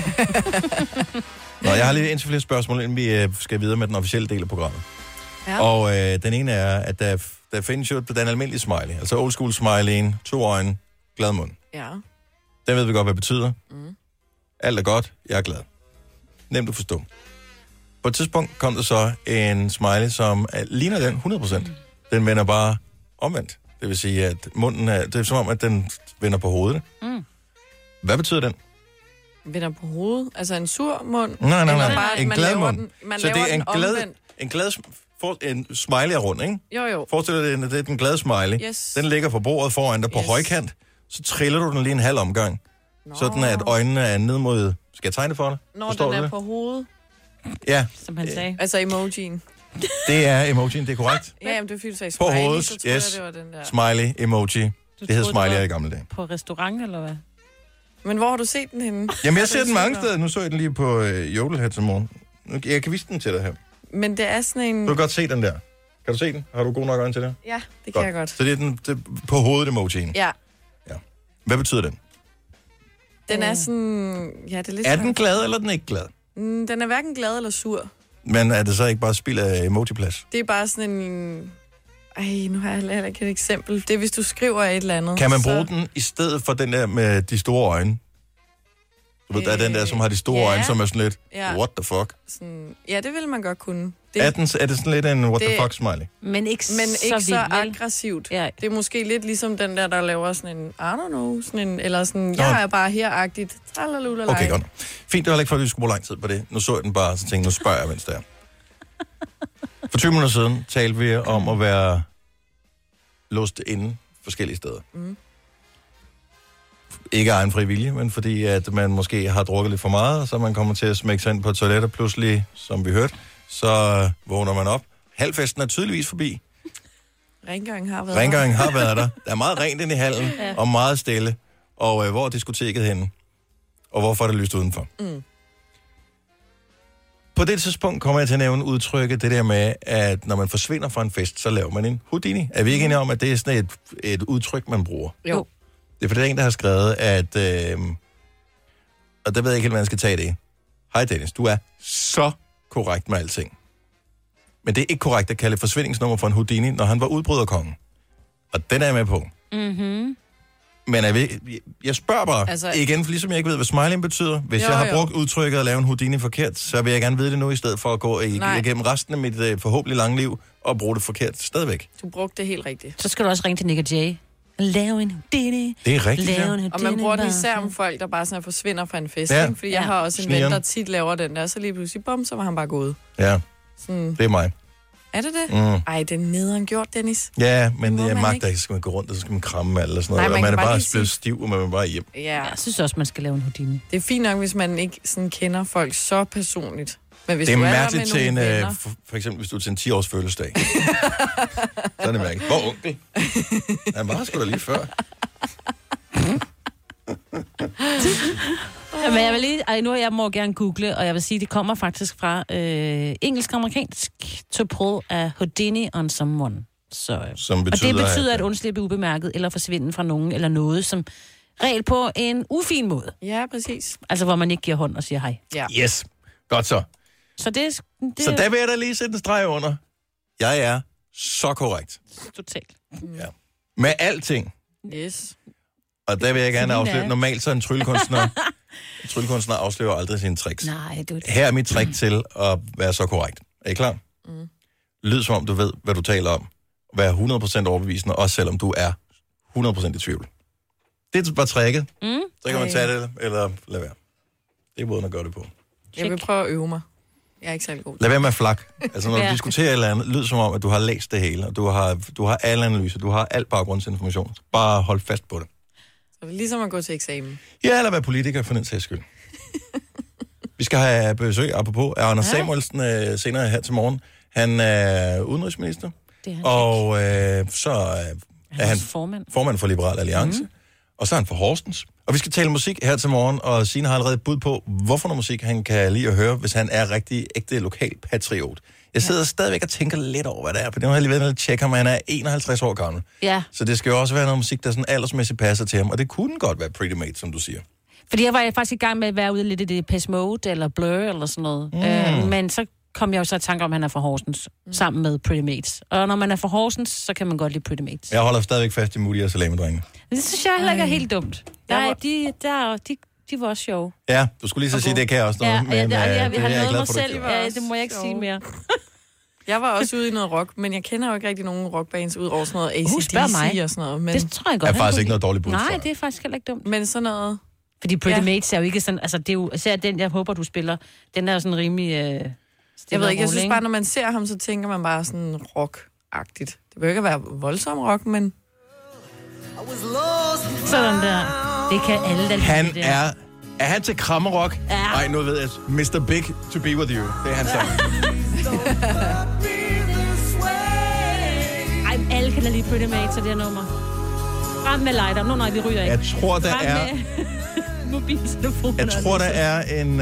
Nå, jeg har lige indtil flere spørgsmål, inden vi skal videre med den officielle del af programmet. Ja. Og den ene er, at der findes jo den almindelige smiley. Altså old school smiley'en, 2 øjne, glad mund. Ja. Den ved vi godt, hvad det betyder. Alt er godt, jeg er glad. Nemt at forstå. På et tidspunkt kom der så en smiley, som ligner den 100%. Den vender bare omvendt. Det vil sige, at munden det er som om, at den vender på hovedet. Hvad betyder den? Vender på hovedet? Altså en sur mund? Nej. Bare, En glad mund. Man Så laver det er en glad en smiley er rund, ikke? Jo. Forestil dig, at det er den glade smiley. Yes. Den ligger på bordet foran dig på højkant. Så triller du den lige en halv omgang. Sådan at øjnene er ned mod... Skal jeg tegne for dig? Når Forstår den du er det? på hovedet. Ja, Som han sagde. Altså emojien. det er emojien, det er korrekt. Ja, men det er fordi, du sagde På smiley, hovedet, så troede yes. jeg, det var den der. Smiley, emoji. Det hed troede, smiley det var- i gamle dage. På restaurant, eller hvad? Men hvor har du set den henne? Jamen, jeg ser den mange steder. Nu så jeg den lige på Jodel her til morgen. Jeg kan vise den til dig her. Men det er sådan en... Du kan godt se den der. Kan du se den? Har du god nok øjne til det? Ja, det kan jeg godt. Så det er den på hovedet emojien. Ja, Hvad betyder den? den er sådan... Ja, det er lidt Er den glad, eller er den ikke glad? Den er hverken glad eller sur. Men er det så ikke bare spild af emojiplads? Det er bare sådan en... Ej, nu har jeg heller ikke et eksempel. Det er, hvis du skriver et eller andet. Kan man så... bruge den i stedet for den der med de store øjne? Du ved, der er den der, som har de store øjne, som er sådan lidt, what the fuck? Sådan... Ja, det ville man godt kunne. Er det sådan lidt en what the fuck smiley? Men ikke Men så ikke så vildt, vel? aggressivt. Ja. Det er måske lidt ligesom den der laver sådan en, I don't know, sådan en, eller sådan, jeg er bare her-agtigt. Okay, godt. Fint, det var ikke for, at vi skulle bruge lang tid på det. Nu så jeg den bare, så tænkte nu spørger jeg, mens det er. For 20 minutter siden talte vi om at være låst inde forskellige steder. Ikke af egen fri vilje, men fordi at man måske har drukket lidt for meget, så man kommer til at smække sig ind på et toilet, og pludselig, som vi hørte, så vågner man op. Halvfesten er tydeligvis forbi. Rengøringen har været Rengøringen har været der. Der er meget rent inde i hallen, og meget stille. Og hvor er diskoteket henne? Og hvorfor er det lyst udenfor? På det tidspunkt kommer jeg til at nævne udtrykket, det der med, at når man forsvinder fra en fest, så laver man en Houdini. Er vi ikke enige om, at det er sådan et udtryk, man bruger? Jo. Det er fordi, der er en, der har skrevet, at... og der ved jeg ikke helt, hvordan jeg skal tage det. Hej Dennis, du er så korrekt med alting. Men det er ikke korrekt at kalde et forsvindingsnummer for en Houdini, når han var udbryderkongen. Og den er jeg med på. Men jeg spørger bare igen, for ligesom jeg ikke ved, hvad smiling betyder. Hvis jeg har brugt udtrykket at lave en Houdini forkert, så vil jeg gerne vide det nu, i stedet for at gå igennem resten af mit forhåbentlig lange liv og bruge det forkert stadigvæk. Du brugte det helt rigtigt. Så skal du også ringe til Nick og Jay. Lave en Houdini. Det er rigtigt, Lave en ja. Og man bruger den Houdini, især bare. om folk, der bare sådan forsvinder fra en fest. Ja. Ikke? Fordi jeg har også en ven, Snigeren. der tit laver den der, så lige pludselig, bum, så var han bare gået. Ja, Sådan. det er mig. Er det det? Ej, det er nederen gjort, Dennis. Ja, men Må jeg man magter ikke? ikke, så skal man gå rundt, og så skal man kramme alt og sådan Nej, noget. man Og man kan er bare bare lige blevet sige- stiv, og man er bare hjem. Ja. Jeg synes også, man skal lave en Houdini. Det er fint nok, hvis man ikke sådan kender folk så personligt. Men hvis Det er du er mærkeligt der med til en, nogle venner, for eksempel hvis du er til en 10-års fødselsdag. Så er det mærkeligt. Hvor onkel? Han var sgu da lige før. Men jeg vil lige, nu jeg må gerne google, og jeg vil sige, det kommer faktisk fra engelsk-amerikansk to pull a Houdini on someone. Så, Som og det betyder, betyder at undslippe ubemærket eller forsvinde fra nogen eller noget, som regel på en ufin måde. Ja, præcis. Altså, hvor man ikke giver hånd og siger hej. Ja. Yes, godt så. Så det Så der vil jeg da lige sætte en streg under. Jeg er så korrekt. totalt. Ja. Med alting. Yes. Og der vil jeg gerne Selina. afsløre. Normalt så er en tryllekunstner afslører aldrig sine tricks. Nej, det Her er mit trick til at være så korrekt. Er I klar? Lyd som om du ved, hvad du taler om. Vær 100% overbevisende, også selvom du er 100% i tvivl. Det er bare tricket. Så kan man tage det, eller lade være. Det er måden at gøre det på. Jeg vil prøve at øve mig. Jeg er ikke særlig god. Lad være med at flak. Altså når du Ja. diskuterer et eller andet, lyd som om, at du har læst det hele, og du har alle analyser, du har alt baggrundsinformation. Bare hold fast på det. Så det er ligesom at gå til eksamen. Ja, eller være politiker for den sags skyld. Vi skal have besøg, apropos, af Anders Samuelsen senere her til morgen. Han er udenrigsminister, Det er han og så Er han formand for Liberal Alliance. Og så er han fra Horsens. Og vi skal tale musik her til morgen, og Signe har allerede bud på, hvorfor noget musik han kan lide at høre, hvis han er rigtig ægte lokalpatriot. Jeg sidder stadigvæk og tænker lidt over, hvad det er, for det har jeg lige ved at tjekke, om han er 51 år gammel. Ja. Så det skal jo også være noget musik, der sådan aldersmæssigt passer til ham, og det kunne godt være Pretty Mate, som du siger. Fordi jeg var faktisk i gang med at være ude lidt i det Depeche Mode eller Blur eller sådan noget. Men så kom jeg jo så i tanke om, at han er fra Horsens, sammen med Pretty Mates. Og når man er fra Horsens, så kan man godt lide Pretty Mates. Jeg holder stadigvæk fast i Moody og Salami-drengene. Det synes jeg heller ikke er helt dumt. De var også sjove. Ja, du skulle lige så sige, det kan jeg også noget. Ja, men, jeg det er har glad noget for, selv. Ja, det må jeg ikke sige mere. Jeg var også ude i noget rock, men jeg kender jo ikke rigtig nogen rockbands ud over sådan noget AC/DC og sådan noget. Men det tror jeg godt. Det er faktisk ikke noget dårligt bud. Nej, det er faktisk heller ikke dumt. Men sådan noget... Fordi Pretty Mates er jo ikke sådan... Altså, det er jo... Især den, jeg håber, du spiller, den er jo sådan rimelig... jeg ved ikke, jeg synes bare, når man ser ham, så tænker man bare sådan rock-agtigt. Det behøver ikke at være voldsom rock, men... Sådan der. Det kan alle, der Han det der. er han til krammerrock? Ja. Nej, nu ved jeg. Mr. Big to be with you. Det er han sang. Ej, alle kan da lide Pretty Mates, så det her nummer. Frem med lighter. Nej, vi ryger ikke. Jeg tror, der er... mobiltelefoner. Jeg tror, der er en...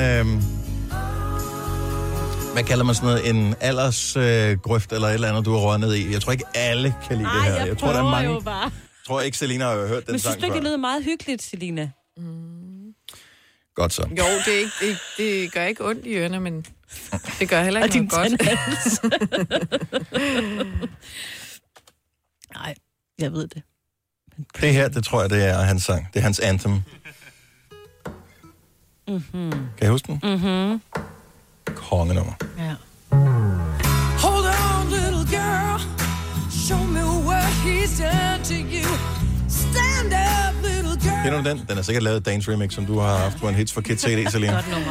hvad kalder man sådan noget? En aldersgrøft eller et eller andet, du har røget ned i. Jeg tror ikke, alle kan lide det her. Jeg tror, der er mange... jo bare. Jeg tror ikke, Selina har hørt den sang før. Men synes du ikke, det lyder meget hyggeligt, Selina? Godt så. Jo, det gør ikke ondt i ørerne, men det gør heller ikke noget godt. Nej, jeg ved det. Det her, det tror jeg, det er hans sang. Det er hans anthem. Mm-hmm. Kan I huske den? Mm-hmm. Kongenummer. Ja. Hold on, little girl. Show me what he's done to you. Stand up, little girl. Kender du den? Den er sikkert lavet Dance Remix, som du har haft på en hits for Kids CD, Selina. Godt nummer.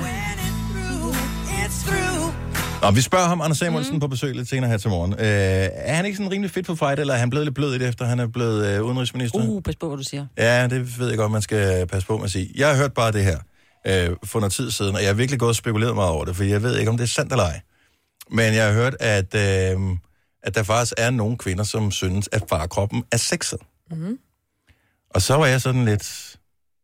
Nå, vi spørger ham, Anders Samuelsen, på besøg lidt senere her til morgen. Er han ikke sådan rimelig fit for fight, eller er han blevet lidt blød i det, efter han er blevet udenrigsminister? Pas på, hvad du siger. Ja, det ved jeg godt, man skal passe på med at sige. Jeg har hørt bare det her for noget tid siden, og jeg har virkelig gået og spekuleret meget over det, for jeg ved ikke, om det er sandt eller ej. Men jeg har hørt, at der faktisk er nogle kvinder, som synes, at farkroppen er sexet. Mm-hmm. Og så var jeg sådan lidt...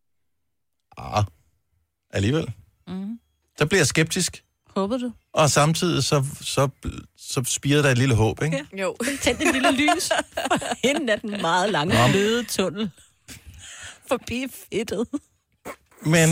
alligevel. Mm-hmm. Så bliver jeg skeptisk. Håber du? Og samtidig så spirer der et lille håb, ikke? Ja. Jo. Tænd et lille lys. Inden af den meget lange bløde tunnel. Forbi fedtet. Men...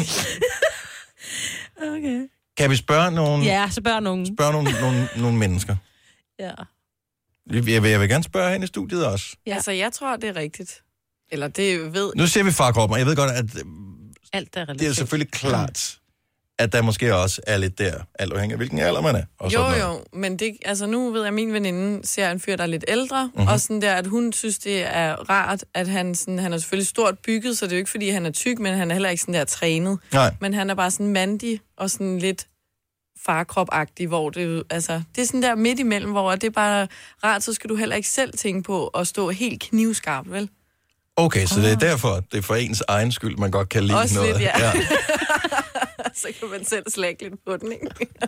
Okay. Kan vi spørge nogen... Ja, så spørg nogen. Spørge nogle mennesker. Ja. Jeg vil gerne spørge hende i studiet også. Ja. Altså, jeg tror, det er rigtigt. Eller det ved... Nu ser vi farkroppen, og jeg ved godt, at alt er det er selvfølgelig klart, at der måske også er lidt der, alt afhængig af hvilken alder man er. Og jo, men det, altså nu ved jeg, at min veninde ser en fyr, der er lidt ældre, og sådan der, at hun synes, det er rart, at han er selvfølgelig stort bygget, så det er jo ikke, fordi han er tyk, men han er heller ikke sådan der trænet. Nej. Men han er bare sådan mandig og sådan lidt farkrop-agtig, hvor det altså, det er sådan der midt imellem, hvor det er bare rart, så skal du heller ikke selv tænke på at stå helt knivskarpt, vel? Okay, så det er derfor, det er for ens egen skyld, man godt kan lide også noget. Lidt, ja. Så kan man selv slække lidt på den, ikke?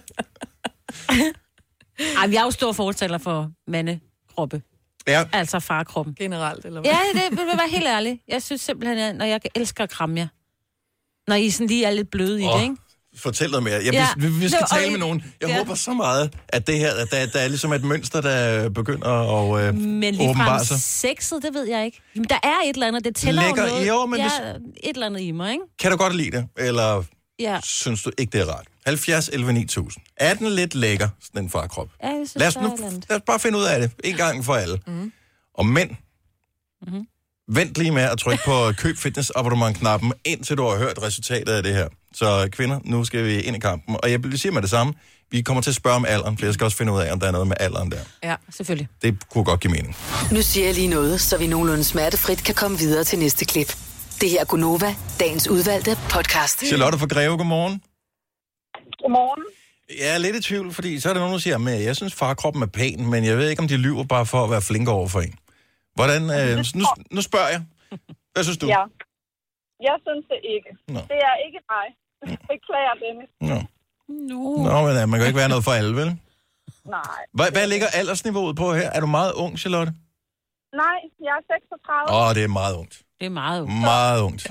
Ej, jeg er jo stor fortaler for mandekroppe. Ja. Altså farkroppen. Generelt, eller hvad? Ja, det vil være helt ærlig. Jeg synes simpelthen, når jeg elsker at kramme jer. Når I sådan lige er lidt bløde i det, ikke? Fortæl noget mere. Vi skal tale med nogen. Jeg håber så meget, at det her, at der er ligesom et mønster, der begynder at men lige frem sexet, det ved jeg ikke. Jamen, der er et eller andet, det tæller jo noget. Jo, men et eller andet i mig, ikke? Kan du godt lide det, eller synes du ikke, det er rart? 70 11 9000. Er den lidt lækker, sådan en farkrop? Ja, lad os bare finde ud af det, en gang for alle. Mm. Og mænd, vent lige med at trykke på køb fitness-abonnement-knappen, indtil du har hørt resultatet af det her. Så kvinder, nu skal vi ind i kampen. Og jeg vil sige med det samme, vi kommer til at spørge om alderen, for jeg skal også finde ud af, om der er noget med alderen der. Ja, selvfølgelig. Det kunne godt give mening. Nu siger jeg lige noget, så vi nogenlunde smertefrit kan komme videre til næste klip. Det her er Gunova, dagens udvalgte podcast. Charlotte fra Greve, godmorgen. Godmorgen. Jeg er lidt i tvivl, fordi så er der nogen, der siger, at jeg synes, farkroppen er pæn, men jeg ved ikke, om de lyver bare for at være flinke over for en. Hvordan, nu spørger jeg. Hvad synes du? Ja. Jeg synes det ikke. Nå. Det er ikke mig. Beklager, Dennis. Nå, men man kan ikke være noget for alle, vel? Nej. Hvad ligger aldersniveauet på her? Er du meget ung, Charlotte? Nej, jeg er 36. Det er meget ungt. Det er meget ungt. Meget ungt.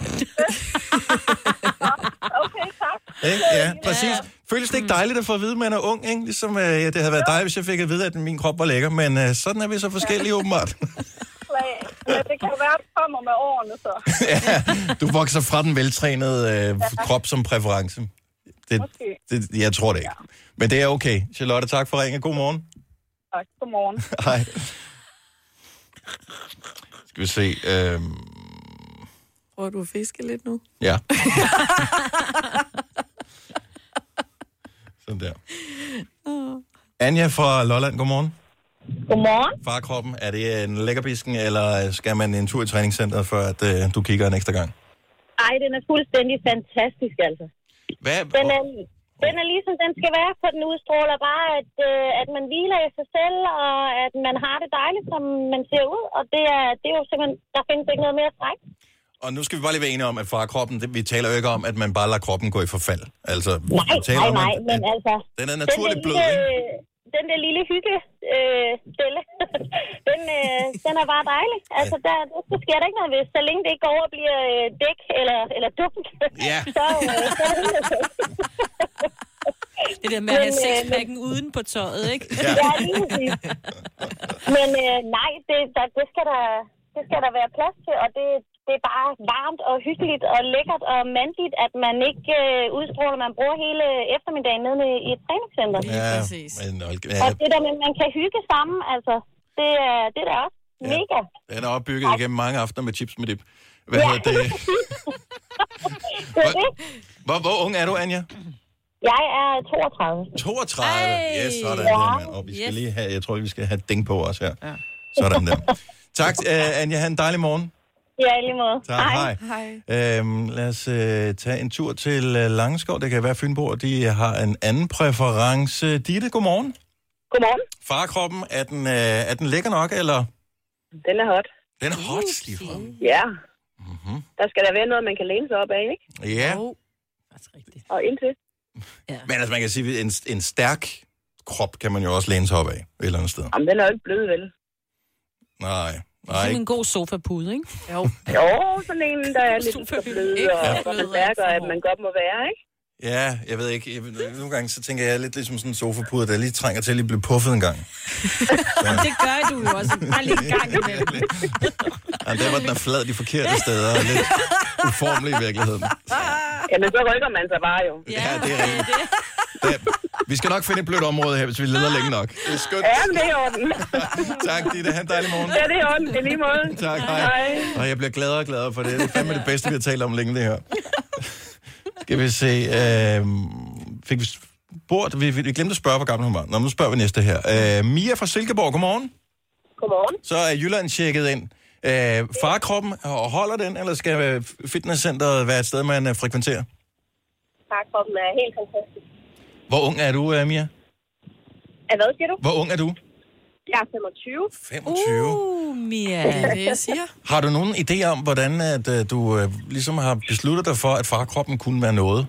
Okay, tak. Ja, præcis. Føles det ikke dejligt at få at vide, at man er ung, ikke? Ligesom det havde været dejligt, hvis jeg fik at vide, at min krop var lækker, men sådan er vi så forskellige åbenbart. Ja, det kan være, at det kommer med årene, så. Ja, du vokser fra den veltrænede krop som præference. Jeg tror det ikke. Men det er okay. Charlotte, tak for ringen. God morgen. Tak, godmorgen. Hej. Skal vi se. Prøver du at fiske lidt nu? Ja. Sådan der. Anja fra Lolland, godmorgen. Godmorgen. Farkroppen, er det en lækkerbisken, eller skal man en tur i træningscenteret, før at du kigger en ekstra gang? Ej, den er fuldstændig fantastisk, altså. Hvad? Den er ligesom den skal være, for den udstråler bare, at man hviler i sig selv, og at man har det dejligt, som man ser ud. Og det er jo simpelthen, der findes ikke noget mere stræk. Og nu skal vi bare lige være enige om, at farkroppen, vi taler jo ikke om, at man bare lader kroppen gå i forfald. Altså, Nej, men altså... Den er naturligt blød, ikke? Den der lille hygge-stille, den er bare dejlig. Altså, der sker der ikke noget ved. Så længe det ikke går over og bliver dæk eller dumt, ja. så det der med at have sexpacken uden på tøjet, ikke? Ja, lige præcis. Men nej, det skal der være plads til, og det er bare varmt og hyggeligt og lækkert og mandligt, at man ikke udstråler, man bruger hele eftermiddagen nede i et træningscenter. Ja, præcis. Og det der med, man kan hygge sammen, altså, det er da også mega. Den er opbygget igennem mange aftener med chips med dip. Hvad hedder det? Hvor ung er du, Anja? Jeg er 32. 32? Yes, sådan der, mand. Og vi skal lige have, jeg tror, vi skal have ding på os her. Ja. Sådan der. Tak, Anja. Ha' en dejlig morgen. Ja, i lige måde. Tak, hej. Lad os tage en tur til Langeskov. Det kan være Fynbo, de har en anden præference. Ditte, godmorgen. Godmorgen. Farkroppen, er den lækker nok, eller? Den er hot. Den er hot, Slifer. Ja. Mm-hmm. Der skal der være noget, man kan læne sig op af, ikke? Ja. Og indtil. Ja. Men altså, man kan sige, en stærk krop kan man jo også læne sig op af, et eller andet sted. Jamen, den er jo ikke blød, vel? Nej. Sådan en god sofapude, ikke? Jo, sådan en, der er lidt for blød, og stærkere, at man godt må være, ikke? Ja, jeg ved ikke. Nogle gange så tænker jeg lidt ligesom sådan en sofapude, der lige trænger til at lige blive puffet en gang. Det gør du jo også. Bare lige en gang imellem. Ja, der var den er flad de forkerte steder, og lidt uformelig i virkeligheden. Jamen, så rykker man sig bare jo. Ja, det er rigtigt. Vi skal nok finde et blødt område her, hvis vi leder længe nok. Det er skønt. Ja, det er i orden. Tak, Ditte. Ha' en dejlig morgen. Ja, det er i orden. Det er lige måde. Tak, hej. Og jeg bliver gladere og gladere for det. Det er fandme det bedste, vi har talt om længe, det her. Skal vi se. Fik vi spurgt? Vi glemte at spørge, hvor gammel hun var. Nå, nu spørger vi næste her. Mia fra Silkeborg, godmorgen. Godmorgen. Så er Jylland tjekket ind. Farkroppen, holder den, eller skal fitnesscenteret være et sted, man frekventerer? Farkroppen er helt fantastisk. Hvor ung er du, Mia? Hvad siger du? Hvor ung er du? Jeg er 25. 25? Mia. Det er det, jeg siger. Har du nogen idé om, hvordan at, du ligesom har besluttet dig for, at farkroppen kunne være noget?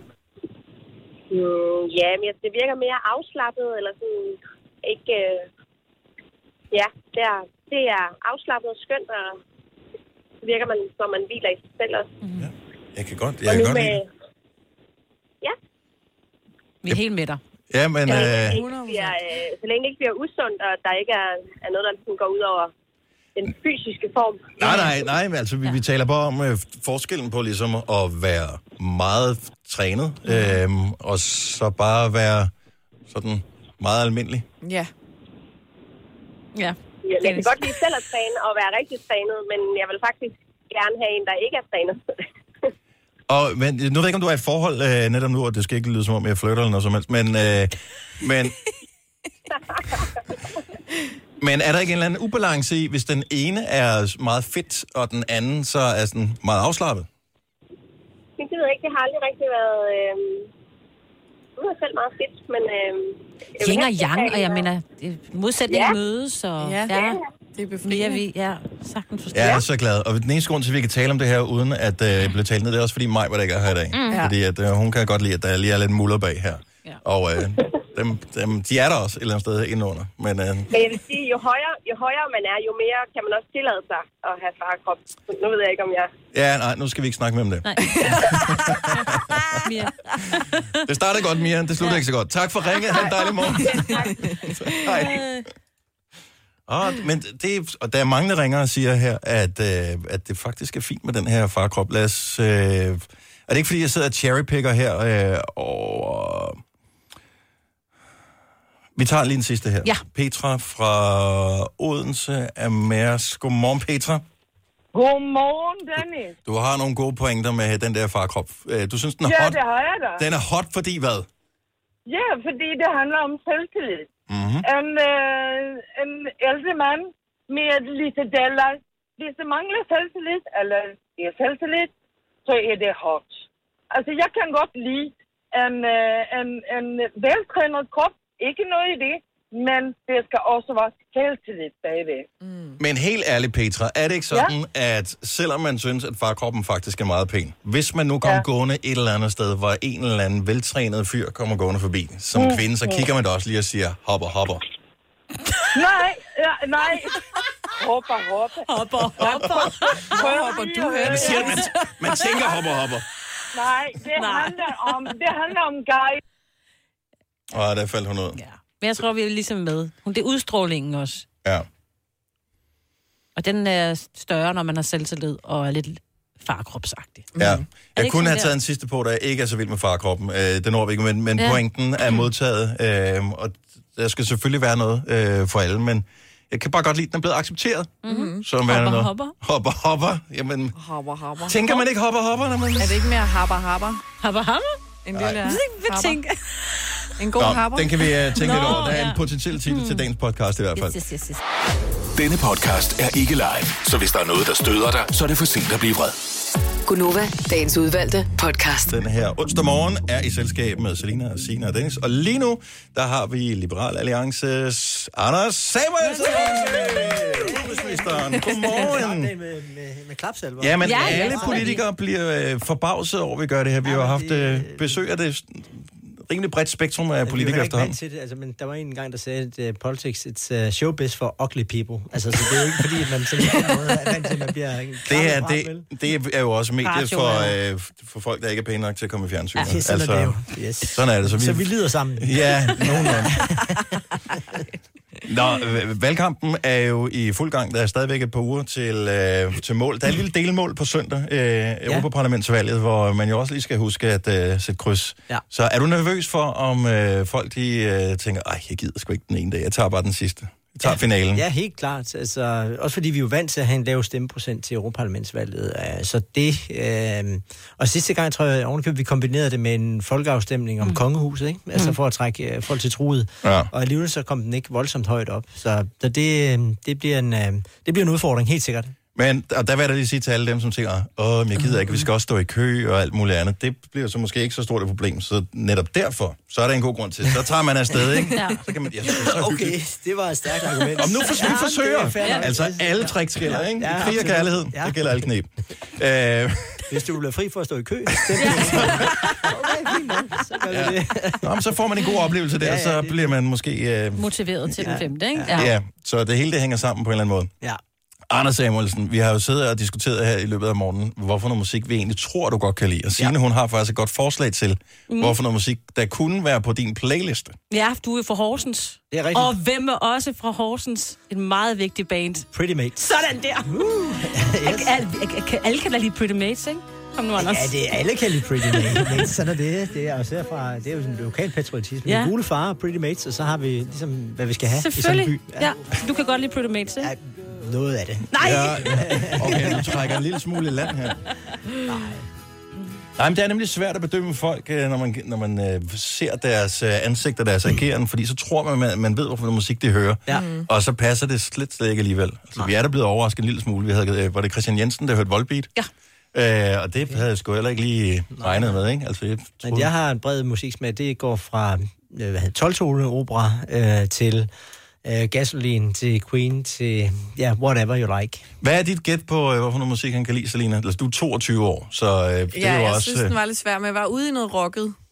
Ja, men det virker mere afslappet, eller sådan ikke... Ja, det er afslappet og skønt, og det virker man, når man hviler i sig selv også. Ja, jeg kan godt lide det. Ja. Vi er helt med dig. Ja, men... så længe det ikke bliver usundt, og der ikke er noget, der går ud over den fysiske form. Nej, men altså, vi taler bare om forskellen på ligesom at være meget trænet, og så bare være sådan meget almindelig. Ja. Ja. Jeg kan godt lide selv at træne og være rigtig trænet, men jeg vil faktisk gerne have en, der ikke er trænet. Men nu ved jeg ikke, om du er i et forhold netop nu, og det skal ikke lyde som om, jeg flytter eller noget som helst, men er der ikke en eller anden ubalance i, hvis den ene er meget fedt, og den anden så er sådan meget afslappet? Det ved jeg ikke, det har aldrig rigtig været... Nu er selv meget fedt, men... Yin og yang, og jeg mener, modsætninger mødes, og... Ja. Det er befriende. Ja, sagtens forstå. Jeg er så glad. Og den eneste grund til, at vi kan tale om det her, uden at blive talt ned, det er også fordi Maj var der ikke er her i dag. Fordi at, hun kan godt lide, at der lige er lidt muller bag her. Ja. Og de er der også et eller andet sted indenunder. Men jeg vil sige, jo højere man er, jo mere kan man også tillade sig at have farkrop. Nu ved jeg ikke, om jeg... Ja, nej, nu skal vi ikke snakke mere om det. Nej. Mia. Det startede godt, Mia. Det slutter ikke så godt. Tak for ringet. Ha' en dejlig morgen. Hej. Men og der er mange, der ringer og siger her, at det faktisk er fint med den her farkrop. Lad os... er det ikke, fordi jeg sidder og cherrypicker her og... Vi tager lige en sidste her. Ja. Petra fra Odense er med os. Godmorgen, Petra. Godmorgen, Dennis. Du har nogle gode pointer med den der farkrop. Du synes, den er hot? Ja, det har jeg da. Den er hot, fordi hvad? Ja, fordi det handler om selvtillid. Mm-hmm. En ældre mand med lite deler, hvis det mangler selvtillid, eller er selvtillid, så er det hot. Altså, jeg kan godt lide en veltrænet krop. Ikke noget i det, men det skal også være selvtillid bagved. Men helt ærligt, Petra, er det ikke sådan, at selvom man synes, at farkroppen faktisk er meget pæn, hvis man nu kommer gående et eller andet sted, hvor en eller anden veltrænet fyr kommer gående forbi, som kvinde, så kigger man da også lige og siger, hopper. Nej. Hopper. Hvor hopper du hen? Hvad siger du? Man tænker hopper. Nej, det handler om guide. Der faldt hun ud. Ja. Men jeg tror, vi er ligesom med. Det er udstrålingen også. Ja. Og den er større, når man har selvtillid og er lidt farkropsagtig. Ja. Jeg kunne have taget en sidste på, der ikke er så vild med farkroppen. Det når vi ikke, men pointen er modtaget. Og der skal selvfølgelig være noget for alle, men jeg kan bare godt lide, at den er blevet accepteret. Mm-hmm. Hopper. Jamen, Hopper. tænker man ikke hopper, når man... Er det ikke mere hopper? Hopper? En lille hopper. En god hopper? Den kan vi tænke lidt over. Der er en potentiel titel til dagens podcast i hvert fald. Yes. Denne podcast er ikke live, så hvis der er noget, der støder dig, så er det for sent at blive vred. Gunova, dagens udvalgte podcast. Den her onsdag morgen er i selskab med Selina, Signe og Dennis. Og lige nu, der har vi Liberal Alliances Anders Samuelsen. Udenrigsministeren. Godmorgen. Med klapsalver. Ja, men alle politikere bliver forbavset over, at vi gør det her. Vi har haft besøg af det rimelig bredt spektrum af politikere efterhånden. Til det. Altså, men der var en gang, der sagde, at politics, it's showbiz for ugly people. Altså, så det er jo ikke fordi, at man sådan på en måde er vant til, at man bliver det er jo også mediet for folk, der ikke er pæne nok til at komme i fjernsynet. Ja, sådan er det jo. Yes. Sådan er det. Så vi lider sammen. Ja, nogenlunde. Nå, valgkampen er jo i fuld gang. Der er stadigvæk et par uger til mål. Der er et lille delmål på søndag, Europaparlamentsvalget, hvor man jo også lige skal huske at sætte kryds. Ja. Så er du nervøs for, om folk de tænker, jeg gider sgu ikke den ene dag, jeg tager bare den sidste. Jeg tager finalen. Ja, helt klart. Altså, også fordi vi er jo vant til at have en lav stemmeprocent til Europaparlamentsvalget. Så det... og sidste gang, tror jeg, ovenikøbet, vi kombinerede det med en folkeafstemning om kongehuset, ikke? Altså for at trække folk til truet. Ja. Og alligevel så kom den ikke voldsomt højt op. Så det bliver en udfordring, helt sikkert. Men og der vil jeg lige sige til alle dem, som tænker, men jeg gider ikke, vi skal også stå i kø og alt muligt andet. Det bliver så måske ikke så stort et problem. Så netop derfor, så er der en god grund til. Så tager man afsted, ikke? Ja. Så kan man, okay, det var et stærkt argument. Om nu vi forsøger. Altså alle tricks gælder, ikke? Ja, krig og kærlighed, det gælder alle knep. Hvis du bliver fri for at stå i kø, så får man en god oplevelse der, så bliver man måske... motiveret til den femte, ikke? Ja, så det hele det hænger sammen på en eller anden måde. Ja. Anders Samuelsen, vi har jo siddet og diskuteret her i løbet af morgenen, hvorfor noget musik vi egentlig tror, du godt kan lide. Og Signe, hun har faktisk et godt forslag til, hvorfor noget musik, der kunne være på din playliste. Ja, du er fra Horsens. Det er rigtigt. Og hvem er også fra Horsens? En meget vigtig band. Pretty Mates. Sådan der! Yes. Alle kan da lide Pretty Mates, ikke? Kom nu, Anders. Ja, det er alle kan lide Pretty Mates. Sådan er det. Det er også herfra. Det er jo sådan en lokal patriotisme. Ja. Gule far, Pretty Mates, og så har vi ligesom, hvad vi skal have i sådan en by. Ja. Du kan godt lide Pretty Mates, ikke? Ja, noget af det. Nej! Ja, okay, du trækker en lille smule i land her. Nej, men det er nemlig svært at bedømme folk, når man ser deres ansigter, deres ageren, fordi så tror man ved, hvorfor musik de hører. Ja. Og så passer det slet ikke alligevel. Altså, vi er da blevet overrasket en lille smule. Vi havde, var det Christian Jensen, der hørte Volbeat? Ja. Og det havde jeg sgu heller ikke lige regnet med, ikke? Altså, jeg har en bred musiksmag. Det går fra 12-tone opera til... Gasoline til Queen til, whatever you like. Hvad er dit gæt på, hvorfor noget musik han kan lide, Selina? Altså, du er 22 år, så det er jo jeg også... synes, den var lidt svær, men jeg var ude i noget rocket.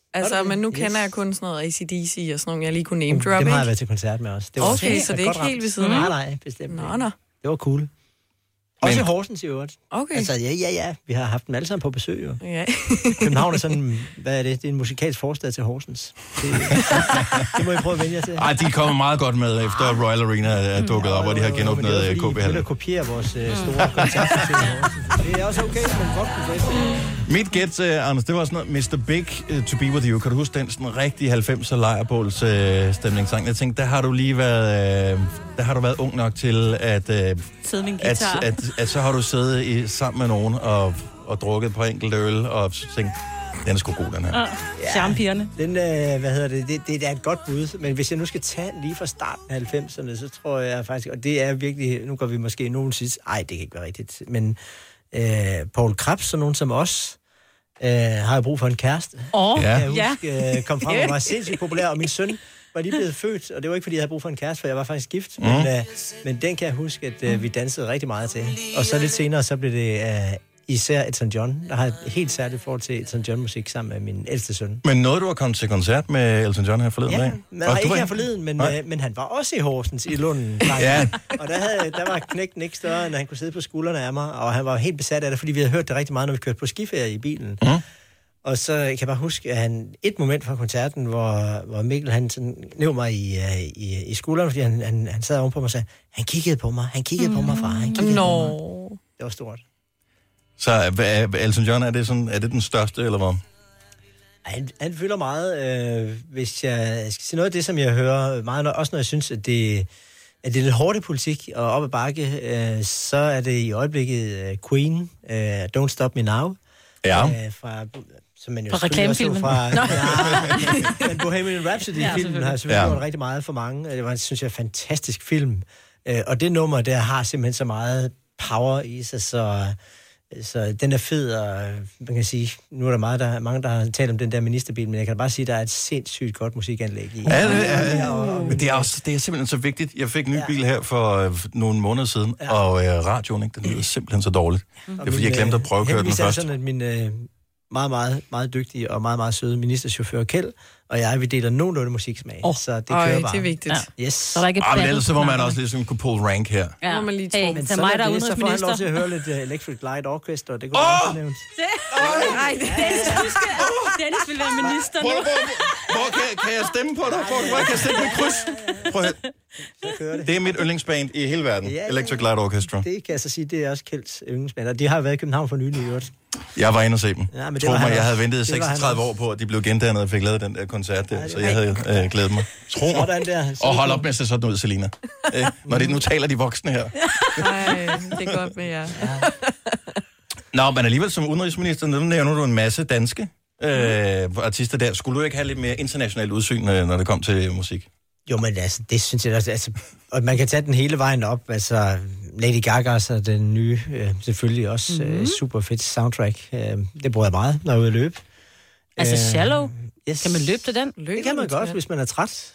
Altså, men nu kender jeg kun sådan noget AC/DC og sådan nogle, jeg lige kunne name drop, Dem har jeg ikke? været til koncert med også. Det var Okay, så det er ikke helt ved siden af? Nej, bestemt. Nå. Det var cool. Også i Horsens i øvrigt. Okay. Altså, ja. Vi har haft dem alle sammen på besøg, jo. Ja. København er sådan, hvad er det? Det er en musikalsk forstad til Horsens. Det må I prøve at vælge jer til. Ej, de kommer meget godt med, efter Royal Arena er dukket op, og de har genåbnet KB Hallen. Vi kopierer vores store koncerter til Horsens. Det er også okay, men godt kunne Mit gæt, Anders, det var sådan noget Mr. Big To Be With You. Kan du huske den sådan rigtig 90'er lejrbåls stemningssang? Jeg tænkte, der har du lige været, der har du været ung nok til at sidde med en guitar. At så har du siddet sammen med nogen og drukket på enkelt øl og tænkt, den er sgu god, den her. Charmpigerne. Den, det er et godt bud, men hvis jeg nu skal tage lige fra starten af 90'erne, så tror jeg faktisk, og det er virkelig, nu går vi måske nogen sige, ej, det kan ikke være rigtigt, men Poul Krebs, så nogen som os, har jeg brug for en kæreste. Jeg huske, kom frem og var sindssygt populær, og min søn var lige blevet født, og det var ikke, fordi jeg havde brug for en kæreste, for jeg var faktisk gift, men den kan jeg huske, at vi dansede rigtig meget til. Og så lidt senere, så blev det især Elton John. Der har et helt særligt forhold til Elton John-musik sammen med min ældste søn. Men nåede du at komme til koncert med Elton John her forleden dag? Ja, ikke her forleden, men han var også i Horsens, i Lunden. Ja. Og der var knægten ikke større, end han kunne sidde på skuldrene af mig, og han var helt besat af det, fordi vi havde hørt det rigtig meget, når vi kørte på skiferie i bilen. Og så kan jeg bare huske, at han et moment fra koncerten, hvor Mikkel han sådan nævnte mig i skulderen, fordi han sad ovenpå mig og sagde, han kiggede på mig, far, han kiggede på mig. Det var stort. Så Elton John, er det den største, eller hvad? Han fylder meget. Hvis jeg skal sige noget af det, som jeg hører meget, også når jeg synes, at det er lidt hårdt i politik og op ad bakke, så er det i øjeblikket Queen, Don't Stop Me Now. Ja. Som man jo fra reklamefilmen. Men Bohemian Rhapsody-filmen har selvfølgelig gjort rigtig meget for mange. Det var, synes jeg, en fantastisk film. Og det nummer der har simpelthen så meget power i sig, så den er fed, og man kan sige, nu er der mange, der har talt om den der ministerbil, men jeg kan bare sige, at der er et sindssygt godt musikanlæg i. Men det er simpelthen så vigtigt. Jeg fik en ny bil her for nogle måneder siden, og radioen, ikke, den lyder simpelthen så dårligt. Det er fordi, jeg glemte at prøve at køre den først. Sådan, at min meget, meget, meget dygtige og meget, meget søde ministerchauffør Kjeld og jeg, vi deler nogenlunde musiksmag, så det kører bare. Det er vigtigt. Ja. Yes. Så der er ikke men ellers så må man også ligesom kunne pull rank her. Ja, må man lige tro. Men så mig, der er udenrigsminister. Så får han lov til at høre lidt Electric Light Orchestra, det kunne jeg også nævnt. Nej, Dennis vil være minister nu. Hvor kan jeg stemme på dig? Hvor kan jeg sætte mit kryds? Prøv at det er mit yndlingsband i hele verden, Electric Light Orchestra. Det kan jeg så sige, det er også Kjelds yndlingsband, og de har været i København for nylig i øvrigt. Jeg var inde og se dem. Ja, Tro mig, jeg havde ventet 36 år på, at de blev gendannet og fik lavet den der koncert der, så jeg havde glædet mig. Tro mig. Og hold op med at se sådan ud, Selina. Når nu taler de voksne her. Nej, det er godt med jer. Nå, men alligevel som udenrigsminister, nu nævner du en masse danske artister der. Skulle du ikke have lidt mere internationalt udsyn, når det kom til musik? Jo, men altså, det synes jeg også, altså, og man kan tage den hele vejen op, altså, Lady Gaga, så den nye, selvfølgelig også super fedt soundtrack, det bruger jeg meget, når jeg er ude at løbe. Altså Shallow? Yes. Kan man løbe til den? Det kan man godt, hvis man er træt.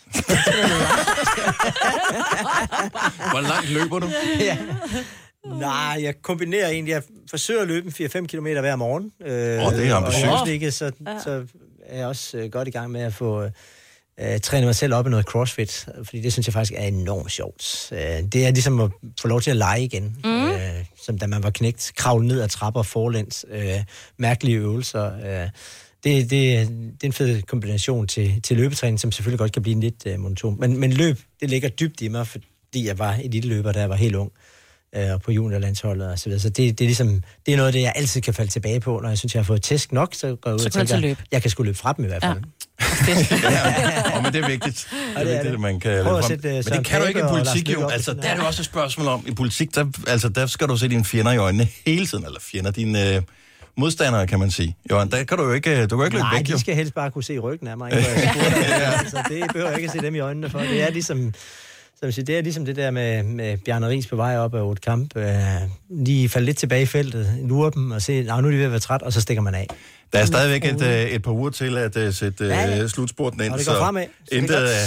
Hvor langt løber du? Ja. Nej, jeg kombinerer egentlig, jeg forsøger at løbe 4-5 kilometer hver morgen. Det er ambitiøst. Så er jeg også godt i gang med at få træne mig selv op i noget CrossFit, fordi det synes jeg faktisk er enormt sjovt. Det er ligesom at få lov til at lege igen, som da man var knægt, kravle ned ad trapper forlæns, mærkelige øvelser. Det er en fed kombination til løbetræning, som selvfølgelig godt kan blive lidt monoton. Men løb, det ligger dybt i mig, fordi jeg var eliteløber, da jeg var helt ung, og på juniorlandsholdet og så videre. Så det er ligesom, det er noget af det, jeg altid kan falde tilbage på, når jeg synes, jeg har fået tæsk nok, så går jeg ud og tænker, jeg kan sgu løbe fra dem i hvert fald. Men det er vigtigt. Det er vigtigt, at man kan løbe frem. Men det kan du ikke i politik, jo. Altså, der er det også et spørgsmål om, i politik, der skal du se dine fjender i øjnene hele tiden, eller fjender dine modstandere, kan man sige. Jo, der kan du jo ikke, løbe væk, jo. Nej, de skal helst bare kunne se ryggen af mig. Så det behøver jeg ikke at se dem i øjnene for. Det er ligesom... Det er ligesom det der med Bjarne Riis på vej op af et kamp. Lige falde lidt tilbage i feltet, lure dem og se, nu er de ved at være træt, og så stikker man af. Der er stadigvæk et par uger til at sætte slutspurten ind. Og det går fremad.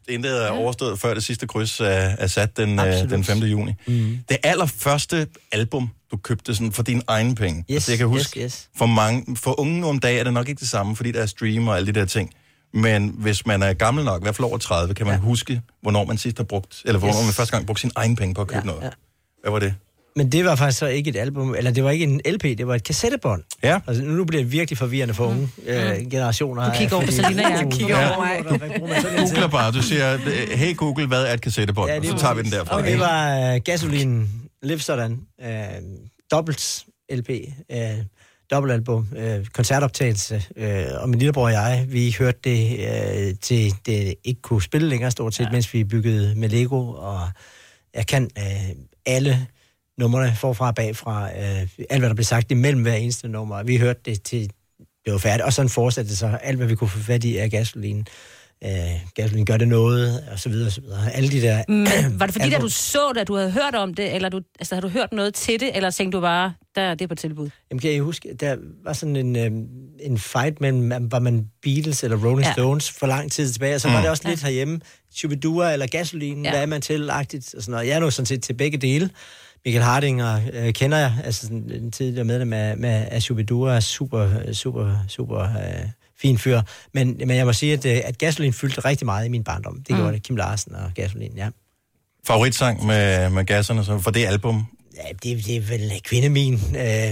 intet er overstået, før det sidste kryds er sat den 5. juni. Det allerførste album, du købte sådan for dine egne penge. Yes, altså, jeg kan huske, for unge om dagen er det nok ikke det samme, fordi der er streamer og alle de der ting. Men hvis man er gammel nok, i hvert fald over 30, kan man huske, hvornår man sidst har brugt, eller hvornår man første gang brugte sin egen penge på at købe noget. Ja. Hvad var det? Men det var faktisk så ikke et album, eller det var ikke en LP, det var et kassettebånd. Ja. Altså, nu bliver det virkelig forvirrende for unge generationer. Du kigger over på Selina, jeg kigger over mig. Googler bare, du siger, hey Google, hvad er et kassettebånd? Og så tager vi den derfra. Og det var Gasoline Live sådan, dobbelt LP, dobbeltalbum, koncertoptagelse, og min lillebror og jeg, vi hørte det til det ikke kunne spille længere stort set, mens vi byggede med Lego, og jeg kan alle numrene forfra og bagfra, alt hvad der blev sagt imellem hver eneste nummer, vi hørte det til det var færdigt, og sådan fortsatte det så, alt hvad vi kunne få fat i af Gasoline. Gasoline gør det noget, og så videre, og så videre. Alle de der... Var det fordi, da du så det, at du havde hørt om det, eller havde du hørt noget til det, eller tænkte du bare, det er på tilbud? Jamen, kan jeg huske, der var sådan en fight mellem, var man Beatles eller Rolling Stones for lang tid tilbage, og så var det også lidt herhjemme, Shubidua eller Gasoline, hvad er man til-agtigt, og sådan noget. Jeg er nu sådan set til begge dele. Michael Hardinger kender jeg, altså sådan en tidligere medlem af Shubidua, super fin fyr. Men jeg må sige, at Gasoline fyldte rigtig meget i min barndom. Det gjorde det, Kim Larsen og Gasoline, ja. Favoritsang med gasserne så for det album? Ja, det er vel Kvindemin.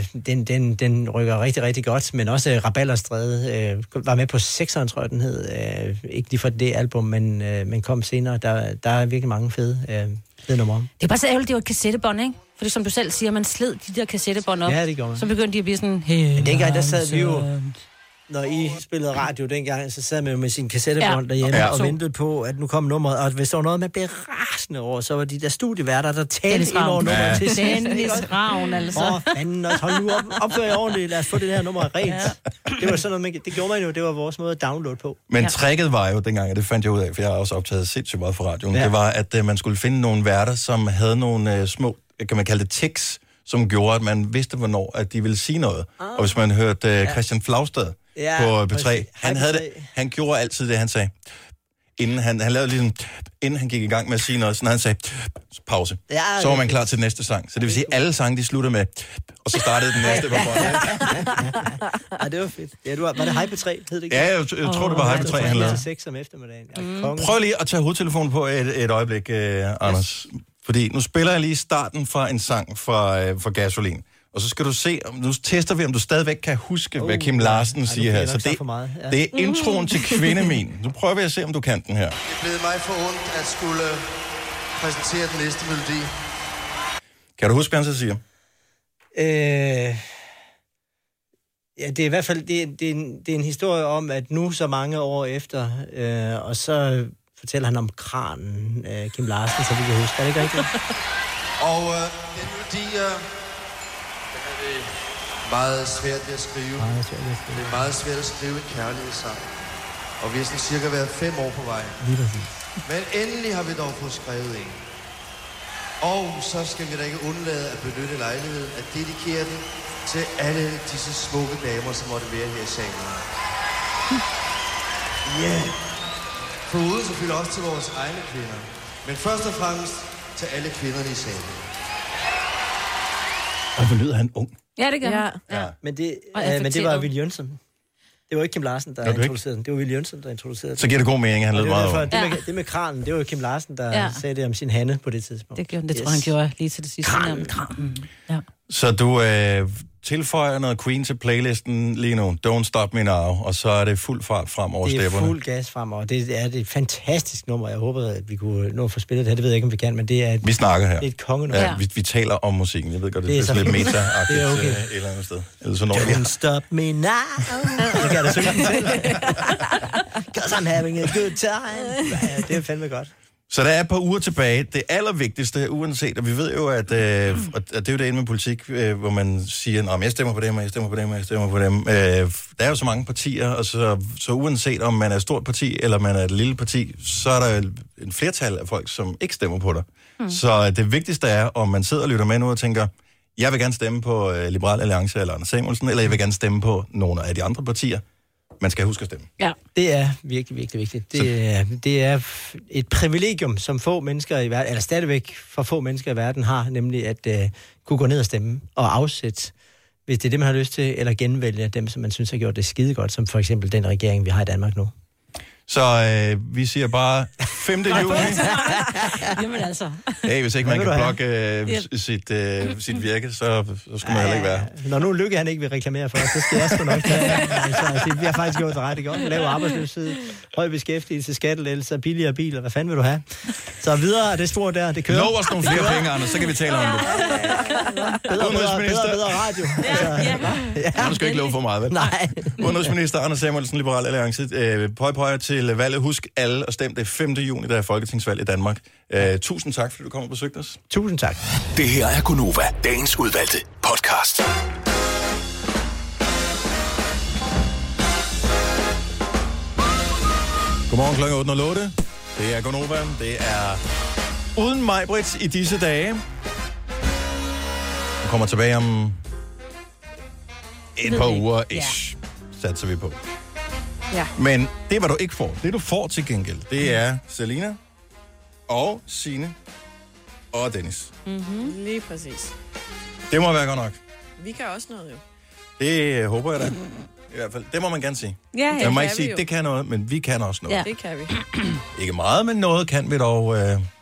Den rykker rigtig, rigtig godt, men også Rabalderstræde var med på 6'eren, tror jeg, den hed. Ikke lige for det album, men kom senere. Der er virkelig mange fede numre. Det er bare så ærgerligt, det var et kassettebånd, ikke? Fordi som du selv siger, man sled de der kassettebånd op. Ja, det gjorde man. Så begyndte de at blive sådan... Men dengang, der sad vi jo... Når I spillede radio dengang, så sad man jo med sin kassettebånd derhjemme og ventede på, at nu kom nummeret. Og hvis der var noget, man blev rasende over, så var de der studieværter, der talte ind over nummeret til sidst. Dennis Ravn, altså. Fanden, hold nu op, opfør jer ordentligt, lad os få det her nummer rent. Ja. Det var sådan noget, det gjorde man jo, det var vores måde at downloade på. Men tricket var jo dengang, og det fandt jeg ud af, for jeg har også optaget sindssygt meget for radioen, det var, at man skulle finde nogle værter, som havde nogle små, kan man kalde det tics, som gjorde, at man vidste, hvornår at de ville sige noget. Og hvis man hørte Christian Flagstad på P3, han gjorde altid det, han sagde. Inden han lavede ligesom, inden han gik i gang med at sige noget, så når han sagde pause, så var man klar til den næste sang. Så det vil sige, at alle sange, de sluttede med, og så startede den næste. Ja, det var fedt. Ja, var det Hype 3, hed det ikke? Ja, jeg tror, det var Hype 3, han lavede. 6 om eftermiddagen. Prøv lige at tage hovedtelefonen på et øjeblik, Anders. Fordi nu spiller jeg lige starten fra en sang fra Gasoline. Og så skal du se, nu tester vi, om du stadigvæk kan huske, hvad Kim Larsen siger her. Så det er introen til Kvindemin. Nu prøver vi at se, om du kan den her. Det er blevet mig for ondt at skulle præsentere den næste melodi. Kan du huske, hvad han så siger? Ja, det er i hvert fald det er en historie om, at nu så mange år efter, og så fortæller han om kranen, Kim Larsen, så vi kan huske. Er det ikke rigtigt? Og den melodi... meget svært at skrive. Det er meget svært at skrive en kærlighedssang. Og vi er sådan cirka været 5 år på vej. Men endelig har vi dog fået skrevet en. Og så skal vi da ikke undlade at benytte lejligheden at dedikere den til alle disse smukke damer, som måtte være her i salen. Ja. Foruden selvfølgelig også til vores egne kvinder. Men først og fremmest til alle kvinderne i salen. Og hvor lyder han ung. Ja, det gør han. Ja. Men det var Willy Jønsson. Det var ikke Kim Larsen, der introducerede den. Det var Willy Jønsson, der introducerede den. Så giver det god mening, han lød meget over. Det med kranen, det var Kim Larsen, der sagde det om sin Hanne på det tidspunkt. Det gjorde han, det tror han gjorde lige til det sidste. Kranen. Ja. Så du tilføjer noget Queen til playlisten lige nu. Don't Stop Me Now, og så er det fuld fart frem over stepperne. Det er fuld gas fremover. Det er et fantastisk nummer. Jeg håber, at vi kunne nå at få spillet det her. Det ved jeg ikke, om vi kan, men det er vi snakker her. Det er et kongenummer. Ja, vi taler om musikken. Jeg ved godt, det er sådan lidt meta-agtigt det er okay. Et eller andet sted. Eller så når Don't Stop Me Now. Det kan jeg da synge til. 'Cause I'm having a good time. Ja, det er fandme godt. Så der er et par uger tilbage. Det allervigtigste, uanset, og vi ved jo, at det er jo det inde med politik, hvor man siger, at jeg stemmer på dem, og jeg stemmer på dem, og jeg stemmer på dem. Der er jo så mange partier, og så uanset om man er et stort parti, eller man er et lille parti, så er der en flertal af folk, som ikke stemmer på dig. Så det vigtigste er, om man sidder og lytter med nu og tænker, jeg vil gerne stemme på Liberal Alliance eller Anders Samuelsen, eller jeg vil gerne stemme på nogle af de andre partier. man skal huske at stemme. Ja. Det er virkelig, virkelig vigtigt. Det er et privilegium, som få mennesker i verden, eller stadigvæk for få mennesker i verden har, nemlig at kunne gå ned og stemme og afsætte, hvis det er det, man har lyst til, eller genvælge dem, som man synes har gjort det skide godt, som for eksempel den regering, vi har i Danmark nu. Så vi siger bare 5. juni. Jamen altså. Hey, hvis ikke man kan plukke sit virke, så skal man heller ikke være. Når nu Lykke han ikke vil reklamere for os, så skal jeg sgu nok tage. Altså, vi har faktisk gjort det ret godt. Lav arbejdsløshed, høj beskæftigelse, skattelettelser, billigere biler. Hvad fanden vil du have? Så videre er det spor der, det kører. Lov os nogle flere penge, Anders, så kan vi tale om det. Bedre radio. Ja. Du skal ikke love for meget, vel? Nej. Udenrigsminister Anders Samuelsen, Liberal Alliance. Pøj til valget. Husk alle at stemme det 5. juni, der er folketingsvalg i Danmark. Tusind tak, fordi du kom og besøgte os. Tusind tak. Det her er Gonova, dagens udvalgte podcast. Godmorgen klokken 8.08. Det er Gonova. Det er uden Maj-Brit i disse dage. Hun kommer tilbage om et par uger. Satser vi på. Ja. Men det, hvad du ikke får, det du får til gengæld, det er Selina og Signe og Dennis. Mm-hmm. Lige præcis. Det må være godt nok. Vi kan også noget, jo. Det håber jeg da. I hvert fald. Det må man gerne sige. Ja, jeg må ikke sige, det kan noget, men vi kan også noget. Ja, det kan vi. Ikke meget, men noget kan vi dog,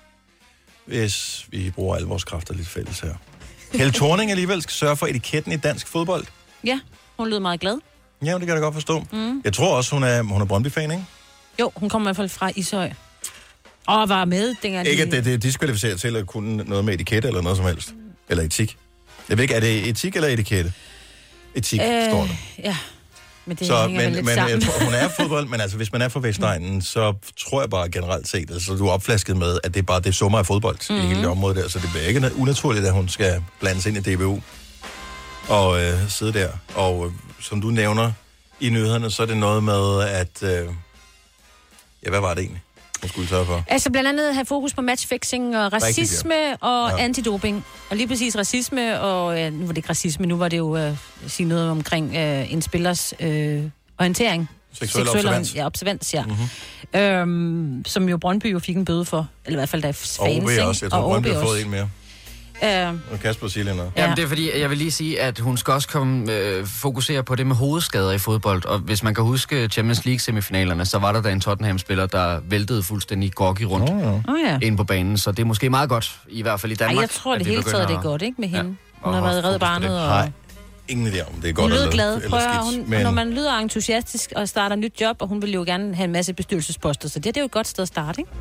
hvis vi bruger alle vores kræfter lidt fælles her. Helle Thorning alligevel skal sørge for etiketten i dansk fodbold. Ja, hun lød meget glad. Ja, det kan jeg da godt forstå. Jeg tror også, hun er Brøndby-fan, ikke? Jo, hun kommer i hvert fald fra Ishøj. Og var med, dengang... Ikke, at det er diskvalificeret til at kunne noget med etikette eller noget som helst. Eller etik. Jeg ved ikke, er det etik eller etikette? Etik, står der. Ja, men det så, hænger lidt sammen. Jeg tror, hun er fodbold, men altså, hvis man er fra Vestegnen, så tror jeg bare generelt set, altså du er opflasket med, at det er bare det summer af fodbold i hele det område der, så det bliver ikke unaturligt, at hun skal blandes ind i DBU og sidde der. Og som du nævner i nyhederne, så er det noget med, at... hvad var det egentlig, hun skulle sørge for? Altså blandt andet have fokus på matchfixing og racisme og antidoping. Og lige præcis racisme, og nu var det ikke racisme, nu var det jo sige noget omkring en spillers orientering. Seksuel observans. Ja, observans, ja. Mm-hmm. Som jo Brøndby jo fik en bøde for. Eller i hvert fald der er fans, og OB også. Jeg tror, Brøndby har fået en mere. Og Kasper siger noget. Jamen, det er fordi, jeg vil lige sige, at hun skal også fokusere på det med hovedskader i fodbold. Og hvis man kan huske Champions League-semifinalerne, så var der en Tottenham-spiller, der væltede fuldstændig groggy rundt inde på banen. Så det er måske meget godt, i hvert fald i Danmark. Jeg tror, det hele taget det er godt, ikke, med hende. Ja, hun har været Red Barnet. Og... ingen idé om det er godt eller glad. Skidt. Men... Når man lyder entusiastisk og starter nyt job, og hun vil jo gerne have en masse bestyrelsesposter, så det er jo et godt sted at starte, ikke?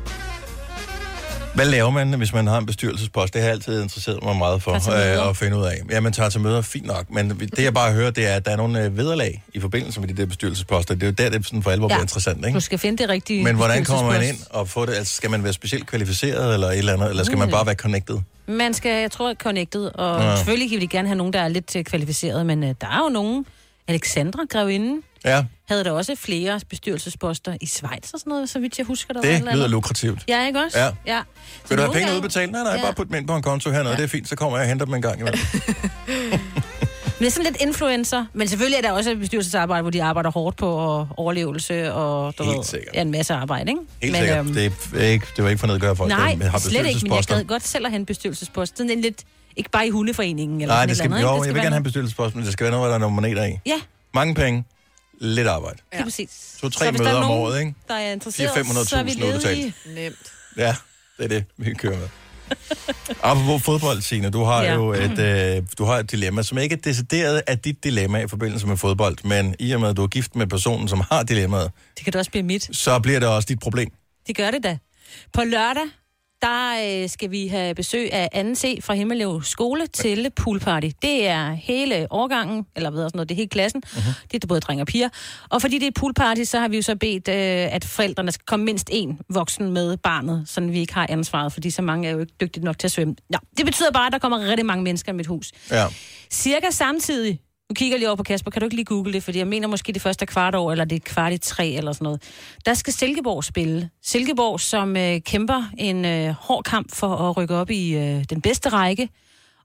Hvad laver man, hvis man har en bestyrelsespost? Det har jeg altid interesseret mig meget for at finde ud af. Ja, man tager til møder, fint nok. Men det, jeg bare hører, det er, at der er nogle vederlag i forbindelse med de der bestyrelsesposter. Det er jo der, det sådan for alvor bliver interessant, ikke? Du skal finde det rigtige. Men hvordan kommer man ind og få det? Altså, skal man være specielt kvalificeret eller et eller andet? Eller skal man bare være connected? Man skal, jeg tror, connected. Og selvfølgelig vil de gerne have nogen, der er lidt kvalificeret. Men der er jo nogen. Alexandra Grevinde havde der også flere bestyrelsesposter i Schweiz og sådan noget, så vidt jeg husker. Det lyder lukrativt. Ja, ikke også? Ja. Vil du have penge udbetalt? Nej, bare putte dem ind på en konto hernede. Det er fint, så kommer jeg og henter dem en gang. Men det er sådan lidt influencer. Men selvfølgelig er der også et bestyrelsesarbejde, hvor de arbejder hårdt på overlevelse og en masse arbejde, ikke? Helt sikkert. Det var ikke for noget at gøre folk, nej, slet ikke, men jeg gad godt selv at have en bestyrelsespost. Sådan en lidt, ikke bare i hundeforeningen eller nej, det skal, jeg vil gerne have en bestyrelsespost, men det skal være noget, hvor der er nogle moneter i. Ja. Mange penge. Lidt arbejde. Ja. Præcis. 2-3 møder om året, ikke? Der er interesseret, 400.000 så er vi ledige. Nemt. Ja, det er det, vi kører med. Apropos fodbold, Signe, du har jo et dilemma, som ikke er decideret af dit dilemma i forbindelse med fodbold, men i og med, at du er gift med personen, som har dilemmaet, det kan da også blive mit. Så bliver det også dit problem. Det gør det da. På lørdag, der skal vi have besøg af 2C fra Himmelev Skole til poolparty. Det er hele årgangen, eller hvad sådan noget, det er hele klassen. Det er både drenge og piger. Og fordi det er et poolparty, så har vi jo så bedt, at forældrene skal komme mindst en voksen med barnet, så vi ikke har ansvaret, fordi så mange er jo ikke dygtige nok til at svømme. Nå, det betyder bare, at der kommer rigtig mange mennesker i mit hus. Ja. Cirka samtidig, nu kigger jeg lige over på Kasper, kan du ikke lige google det, fordi jeg mener måske det første kvart år, eller det er kvart i 3 eller sådan noget. Der skal Silkeborg spille. Silkeborg, som kæmper en hård kamp for at rykke op i den bedste række,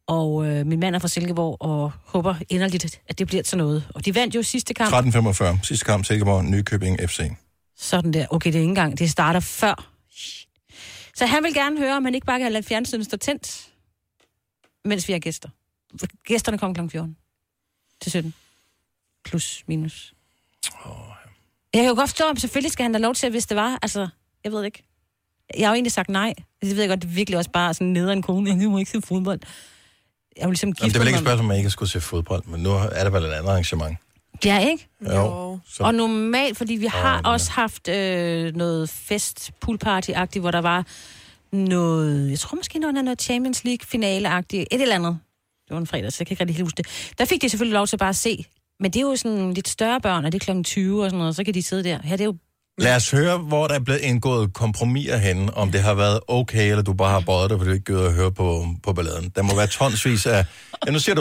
Og min mand er fra Silkeborg, og håber inderligt, at det bliver til noget. Og de vandt jo sidste kamp. 13:45. Sidste kamp, Silkeborg, Nykøbing FC. Sådan der. Okay, det er ikke engang. Det starter før. Så han vil gerne høre, om han ikke bare kan lade fjernsynet stå tændt, mens vi har gæster. Gæsterne kommer kl. 14 til 17. Plus, minus. Jeg kan jo godt forstå, om selvfølgelig skal han da lov til, hvis det var. Altså, jeg ved ikke. Jeg har jo egentlig sagt nej. Jeg ved godt, det er virkelig også bare sådan nede af en kone. Jeg må ikke se fodbold. Jeg vil ligesom det er vel ikke et spørgsmål, om jeg ikke skulle se fodbold, men nu er det vel et andet arrangement. Ja, ikke? Jo. Og normalt, fordi vi har også haft noget fest, poolparty-agtigt, hvor der var noget, jeg tror måske noget Champions League-finale-agtigt, et eller andet. Det var en fredag, så jeg kan ikke rigtig helt huske det. Der fik de selvfølgelig lov til bare at se. Men det er jo sådan lidt større børn, og det er kl. 20 og sådan noget, så kan de sidde der. Her det er jo... Lad os høre, hvor der er blevet indgået kompromiser henne, om det har været okay, eller du bare har bøjet dig, fordi du ikke gider at høre på balladen. Der må være tonsvis af... Ja, nu siger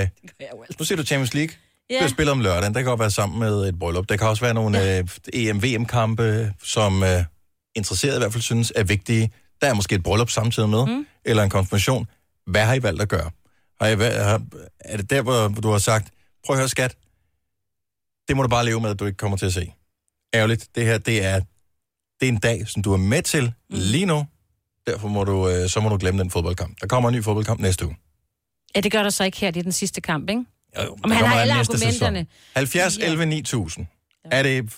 du Champions League. Yeah. Du spiller om lørdagen. Der kan godt være sammen med et bryllup. Der kan også være nogle EM-VM-kampe, som interesserede i hvert fald synes er vigtige. Der er måske et bryllup samtidig med, eller en konfirmation. Hvad har I valgt at gøre? Er det der, hvor du har sagt, prøv at høre skat, det må du bare leve med, at du ikke kommer til at se. Ærgerligt. Det her, det er en dag, som du er med til lige nu. Derfor må du glemme den fodboldkamp. Der kommer en ny fodboldkamp næste uge. Ja, det gør der så ikke her. Det er den sidste kamp, ikke? Jo, om han har alle argumenterne. 70, 11, 9000. Ja. Er det...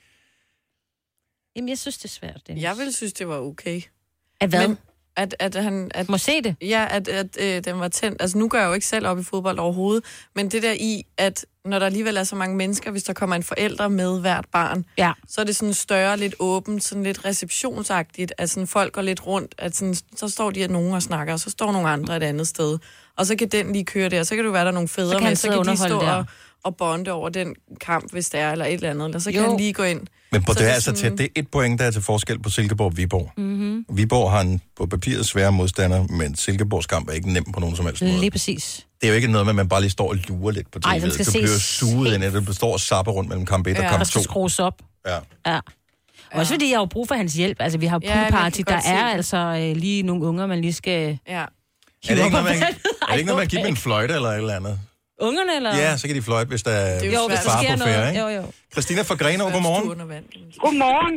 Jamen, jeg synes, det er svært. Det. Jeg ville synes, det var okay. At hvad? Men at han... Må se det? Ja, at den var tændt. Altså, nu går jeg jo ikke selv op i fodbold overhovedet, men det der i, at når der alligevel er så mange mennesker, hvis der kommer en forælder med hvert barn, så er det sådan større, lidt åbent, sådan lidt receptionsagtigt, at sådan folk går lidt rundt, at sådan, så står de nogen og snakker, og så står nogle andre et andet sted. Og så kan den lige køre der, så kan det være, der er nogle fædre med, så kan de stå og bonde over den kamp, hvis der er, eller et eller andet, eller så kan han lige gå ind. Men på det er altså til, det er et point, der er til forskel på Silkeborg og Viborg. Mm-hmm. Viborg har en på papiret svære modstander, men Silkeborgs kamp er ikke nem på nogen som helst måde. Lige præcis. Det er jo ikke noget med, at man bare lige står og lurer lidt på tv'et. Du bliver suget ind, at du står og sapper rundt mellem kamp 1 og kamp 2. Der skal skrues op. Ja. Også fordi jeg har jo brug for hans hjælp. Altså, vi har poolparty, der er altså lige nogle unger, man lige skal... Ja. Er det ikke noget, man giver med en fløjte eller et eller andet? Ungerne, eller? Ja, så kan de fløjte, hvis der er far på ferie, ikke? Jo. Christina fra Grenaa, godmorgen. Godmorgen.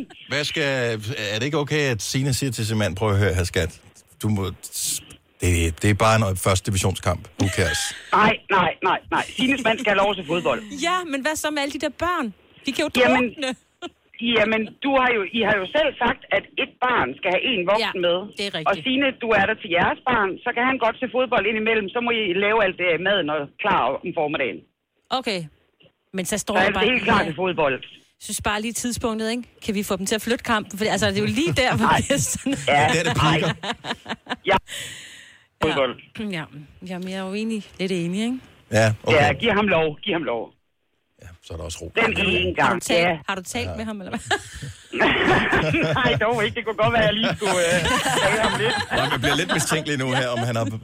Er det ikke okay, at Signe siger til sin mand, prøv at høre her, skat, du må... Det er bare en første divisionskamp. Who cares? Nej. Signes mand skal have lov til fodbold. Ja, men hvad så med alle de der børn? De kan jo drukne. Jamen, I har jo selv sagt, at et barn skal have en voksen med. Det er rigtigt. Og Signe, du er der til jeres barn, så kan han godt se fodbold indimellem. Så må I lave alt det maden og klar om formiddagen. Okay. Men så står der bare... Så er det helt klart til fodbold. Jeg synes bare lige tidspunktet, ikke? Kan vi få dem til at flytte kampen? For altså, det er jo lige der, hvor gæsterne... Ja, det er det piker. Ja. Fodbold. Ja. Jamen, jeg er jo lidt enig, ikke? Ja, okay. Ja, giv ham lov. Ja, så er der også ro. Den ene gang, Har du talt med ham, eller hvad? Nej, dog ikke. Det kunne godt være, at jeg lige skulle tage ham lidt. Jeg bliver lidt mistænkelig nu her, om han har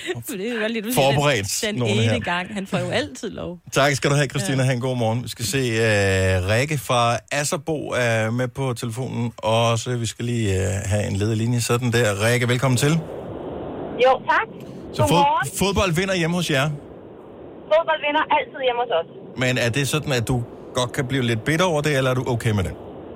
forberedt den ene gang. Han får jo altid lov. Tak skal du have, Christina. Ha' en god morgen. Vi skal se Rikke fra Asserbo er med på telefonen, og så vi skal lige have en ledig linje. Sådan der. Rikke, velkommen til. Jo, tak. Så fodbold vinder hjemme hos jer? Fodbold vinder altid hjemme hos os. Men er det sådan, at du godt kan blive lidt bitter over det, eller er du okay med det?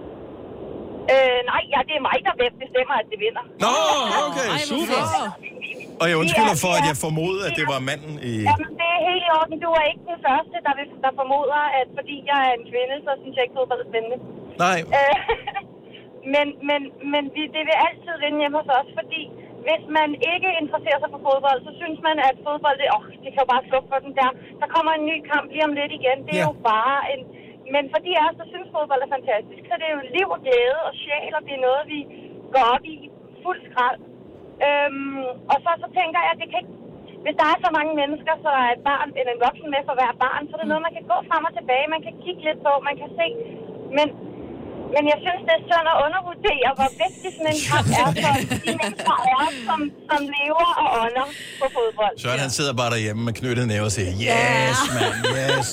Nej, det er mig, der bestemmer, at det vinder. Nå, okay, super. Og jeg undskylder for, at jeg formodede, at det var manden i... Jamen, det er helt i orden. Du er ikke den første, der formoder, at fordi jeg er en kvinde, så synes jeg ikke, fodbold er spændende. Nej. Men det vil altid vinde hjemme hos os, fordi hvis man ikke interesserer sig for fodbold, så synes man, at fodbold, det kan jo bare slukke for den der. Der kommer en ny kamp lige om lidt igen. Det er jo bare en... Men for de af os, der synes fodbold er fantastisk, så det er jo liv og glæde og sjæl, og det er noget, vi går op i fuld skrald. Og så tænker jeg, at det kan ikke... Hvis der er så mange mennesker, så er et barn eller en voksen med for hver barn, så er det noget, man kan gå frem og tilbage, man kan kigge lidt på, man kan se. Men jeg synes, det er synd at undervurdere, hvor vigtig sådan en kamp er for de mennesker som lever og ånder på fodbold. Søren, han sidder bare derhjemme med knyttet næve og siger, yes, man, yes.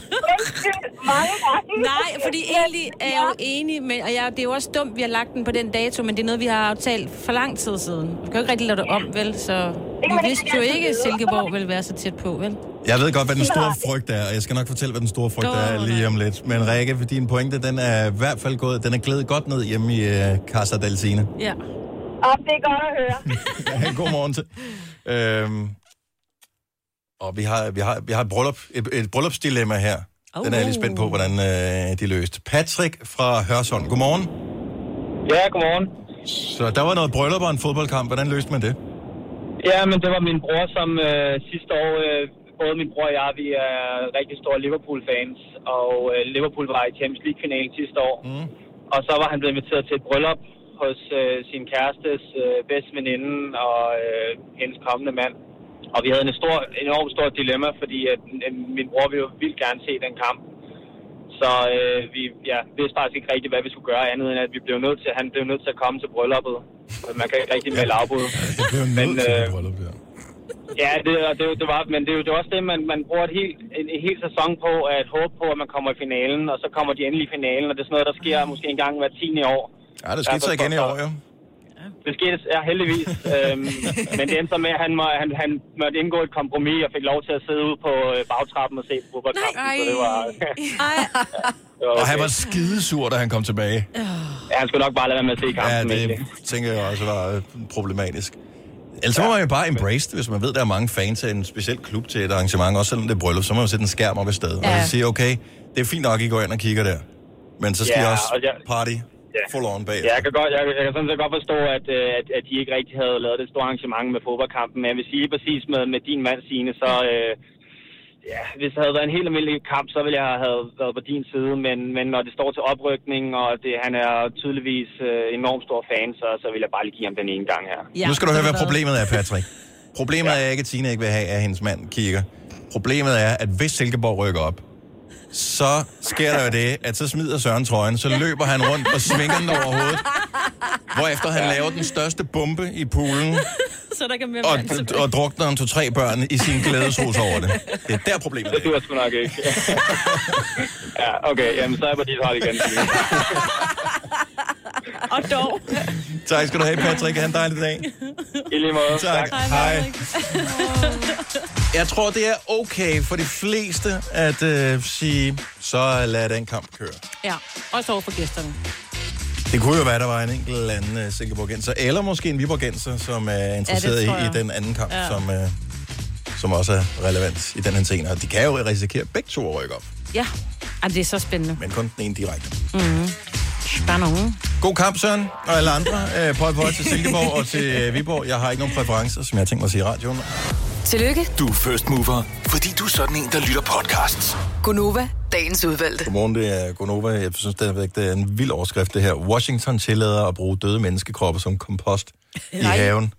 Nej, fordi egentlig er jeg jo enig, og det er jo også dumt, vi har lagt den på den dato, men det er noget, vi har aftalt for lang tid siden. Vi kan jo ikke rigtig lade det om, vel, så... Vi vidste jo ikke, at Silkeborg ville være så tæt på, vel? Jeg ved godt, hvad den store frygt er, og jeg skal nok fortælle, hvad den store frygt er lige om lidt. Men Rikke, for din pointe, den er i hvert fald gået, den er glædet godt ned hjemme i Casa del Cine. Ja. Og det er godt at høre. Ja, god morgen til. Og vi har et bryllupsdilemma her. Den er jeg lidt spændt på, hvordan de løste. Patrick fra Hørsholm, godmorgen. Ja, godmorgen. Så der var noget bryllup og en fodboldkamp. Hvordan løste man det? Ja, men det var min bror, som sidste år, både min bror og jeg, vi er rigtig store Liverpool-fans, og Liverpool var i Champions League-finalen sidste år. Og så var han blevet inviteret til et bryllup hos sin kærestes bedste veninde og hendes kommende mand. Og vi havde en enormt stor dilemma, fordi at, min bror ville jo vildt gerne se den kamp. Så vi vidste faktisk ikke rigtigt, hvad vi skulle gøre, andet end at han blev nødt til at komme til brylluppet. Man kan ikke rigtig melde afbud. Men ja, det var, men det er jo også det, man bruger en hel sæson på at håbe på, at man kommer i finalen, og så kommer de endelig i finalen, og det er sådan noget, der sker måske en gang hver 10. år. Ja, det skete så igen i år, jo. Det skete, ja, heldigvis. Men det endte så med, at han måtte indgå et kompromis og fik lov til at sidde ude på bagtrappen og se fodboldkampen. Så det var... Okay. Og han var skidesur, da han kom tilbage. Ja, han skulle nok bare lade være med at se kampen. Ja, det tænker jeg også var problematisk. Ellers må man jo bare embrace det, hvis man ved, der er mange fans af en speciel klub til et arrangement, også selvom det er bryllup, så må man sætte en skærm op i stedet. Og så sige, okay, det er fint nok, I går ind og kigger der. Men så skal I også party full on bag. Ja, jeg kan sådan set godt forstå, at de ikke rigtig havde lavet det store arrangement med fodboldkampen. Men jeg vil sige præcis med din mand, Signe, så... hvis det havde været en helt almindelig kamp, så ville jeg have været på din side, men når det står til oprykning, og han er tydeligvis enormt stor fan, så vil jeg bare lige give ham den ene gang her. Ja, nu skal du høre, hvad problemet er, Patrick. Problemet er ikke, at Tina ikke vil have, at hendes mand kigger. Problemet er, at hvis Silkeborg rykker op, så sker der jo det, at så smider Søren trøjen, så løber han rundt og svinger den over hovedet, hvorefter han laver den største bombe i poolen, så der kan mere og drukner en 2-3 børn i sin glædesrus over det. Det er der problemet er. Det duer sgu nok ikke. Ja, okay, jamen så er jeg på dit hold igen. Og dog. Tak skal du have, Patrick. Ha' en dejlig dag. I lige måde. Tak. Hej. Jeg tror, det er okay for de fleste at sige, så lad den kamp køre. Ja, også over for gæsterne. Det kunne jo være, der var en enkelt eller anden Silkeborgenser, eller måske en Viborgenser, som er interesseret i den anden kamp, som også er relevant i den her scene. Og de kan jo risikere begge to at rykke op. Ja, det er så spændende. Men kun den ene direkte. Spændende. God kamp, Søren, og alle andre. Pøj til Silkeborg og til Viborg. Jeg har ikke nogen præferencer, som jeg har tænkt mig at sige i radioen. Tillykke. Du er first mover, fordi du er sådan en, der lytter podcasts. Gunova, dagens udvalgte. Godmorgen, det er Gunova. Jeg synes det er en vild overskrift, det her. Washington tillader at bruge døde menneskekroppe som kompost i haven.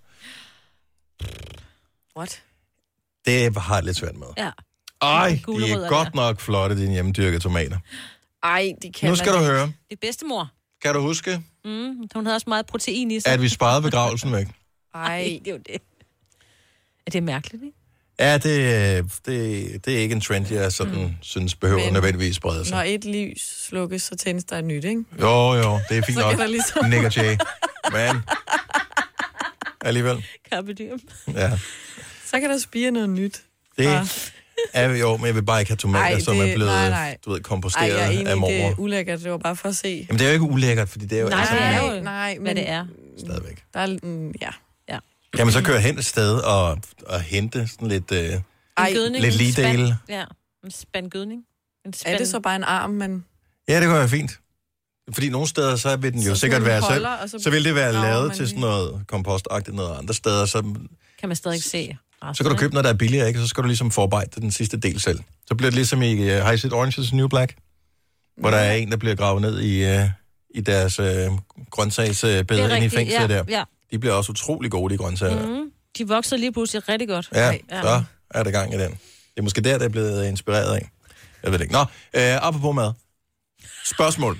What? Det har jeg lidt svært med. Ja. Ej, de er godt nok flotte, dine hjemmedyrkede tomater. Ej, de kan nu skal du høre. Det er bedstemor. Kan du huske? Hun havde også meget protein i sig. At vi sparede begravelsen væk. Ej, det er jo det. Er det mærkeligt, ikke? Ja, det er ikke en trend, jeg sådan synes behøver nødvendigvis sprede sig. Når et lys slukkes, så tændes der et nyt, ikke? Jo, det er fint nok. Ligesom... Nick og Jay. Men alligevel. Carpe diem. Ja. Så kan der spire noget nyt. Det er jo, men jeg vil bare ikke have tomater, som er blevet, du ved, komposteret af mor. Det er ulækkert, det var bare for at se. Jamen, det er jo ikke ulækkert, fordi det er jo... Nej, men det er. Stadigvæk. Der er, ja. Kan man så køre hen et sted og hente sådan lidt... lidt ligedele? Ja, en spand gødning. Er det så bare en arm, men... Ja, det kunne være fint. Fordi nogle steder, så vil den jo sikkert være selv. Så vil det være lavet til sådan noget kompostagtigt noget andre steder. Så kan man stadig se. Så kan du købe noget, der er billigere, ikke? Så skal du ligesom forarbejde den sidste del selv. Så bliver det ligesom i har I set Orange is the New Black? Hvor der er en, der bliver gravet ned i deres grøntsagsbed inde i fængslet der. Ja. De bliver også utrolig gode, de grøntsager. De vokser lige pludselig rigtig godt. Ja, så er der gang i den. Det er måske der er blevet inspireret af. Jeg ved det ikke. Nå, apropos mad. Spørgsmål.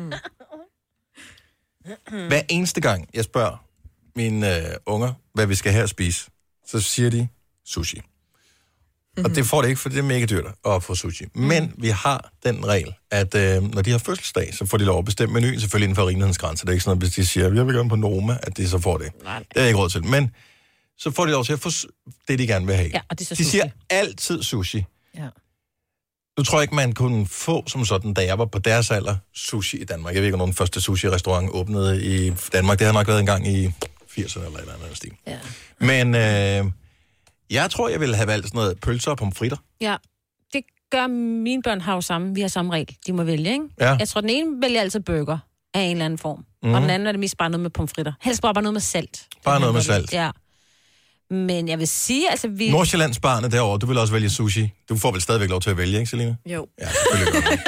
Hver eneste gang, jeg spørger mine unger, hvad vi skal have at spise, så siger de sushi. Og det får det ikke, for det er mega dyrt at få sushi. Men vi har den regel, at når de har fødselsdag, så får de lov at bestemme menuen, selvfølgelig inden for rimelighedens grænser. Det er ikke sådan, at hvis de siger, jeg vil gerne på Noma, at de så får det. Nej. Det er ikke råd til. Men så får de lov til at få det, de gerne vil have. Ja, og det er så de siger altid sushi. Ja. Nu tror jeg ikke, man kunne få som sådan, da jeg var på deres alder, sushi i Danmark. Jeg ved ikke, om den første sushi-restaurant åbnede i Danmark. Det har nok været en gang i 80'erne eller et eller andet stil. Ja. Men jeg tror, jeg ville have valgt sådan noget pølser og pomfritter. Ja, det gør mine børn har jo samme. Vi har samme regel. De må vælge, ikke? Ja. Jeg tror, den ene vælger altid burger af en eller anden form. Og den anden er det mest bare noget med pomfritter. Helst bare noget med salt. Bare noget med salt. Ja. Men jeg vil sige, altså vi... Nordsjællands barnet derovre, du vil også vælge sushi. Du får vel stadigvæk lov til at vælge, ikke, Selina? Jo. Ja, selvfølgelig gør du.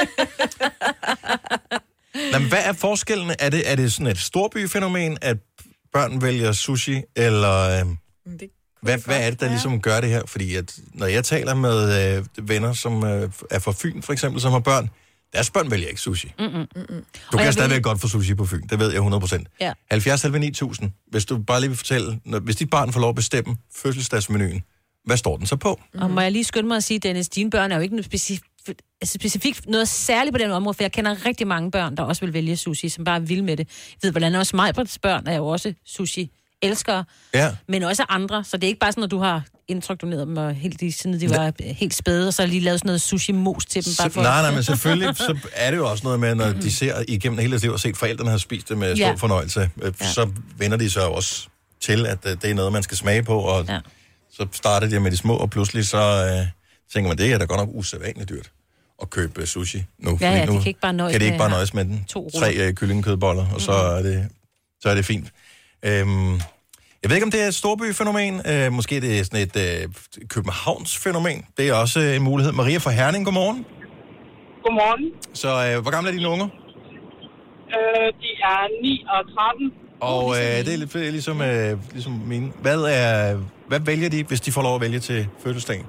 Nå, men hvad er forskellen? Er det sådan et storbyfænomen, at børn vælger sushi, eller... Hvad er det, der ligesom gør det her? Fordi at, når jeg taler med venner, som er fra Fyn, for eksempel, som har børn, deres børn vælger ikke sushi. Du kan stadigvæk godt få sushi på Fyn, det ved jeg 100%. Ja. 70-9000, hvis du bare lige vil fortælle, hvis dit barn får lov at bestemme fødselsdagsmenuen, hvad står den så på? Og må jeg lige skynde mig at sige, Dennis, dine børn er jo ikke noget specifikt noget særligt på den område, for jeg kender rigtig mange børn, der også vil vælge sushi, som bare er vilde med det. Jeg ved, hvordan også Majbrits børn er jo også sushi-elskere, men også andre, så det er ikke bare sådan, at du har introduceret dem, og helt siden de var helt spæde, og så lige lavet sådan noget sushi-mos til dem. Bare for nej, men selvfølgelig så er det jo også noget med, når de ser igennem hele deres liv og set forældrene har spist det med stor fornøjelse, så vender de sig også til, at det er noget, man skal smage på, og så starter de med de små, og pludselig så tænker man, det er da godt nok usædvanligt dyrt at købe sushi nu. Ja, nu de kan ikke bare nøjes kan de ikke bare nøjes med den. 3 kyllingekødboller, og så er det fint. Jeg ved ikke, om det er et storbyfænomen. Måske det er sådan et Københavns fænomen. Det er også en mulighed. Maria fra Herning, godmorgen. Godmorgen. Så hvor gamle er dine unger? De er 9 og 13. Og det er lidt ligesom mine. Hvad vælger de, hvis de får lov at vælge til fødselsdagen?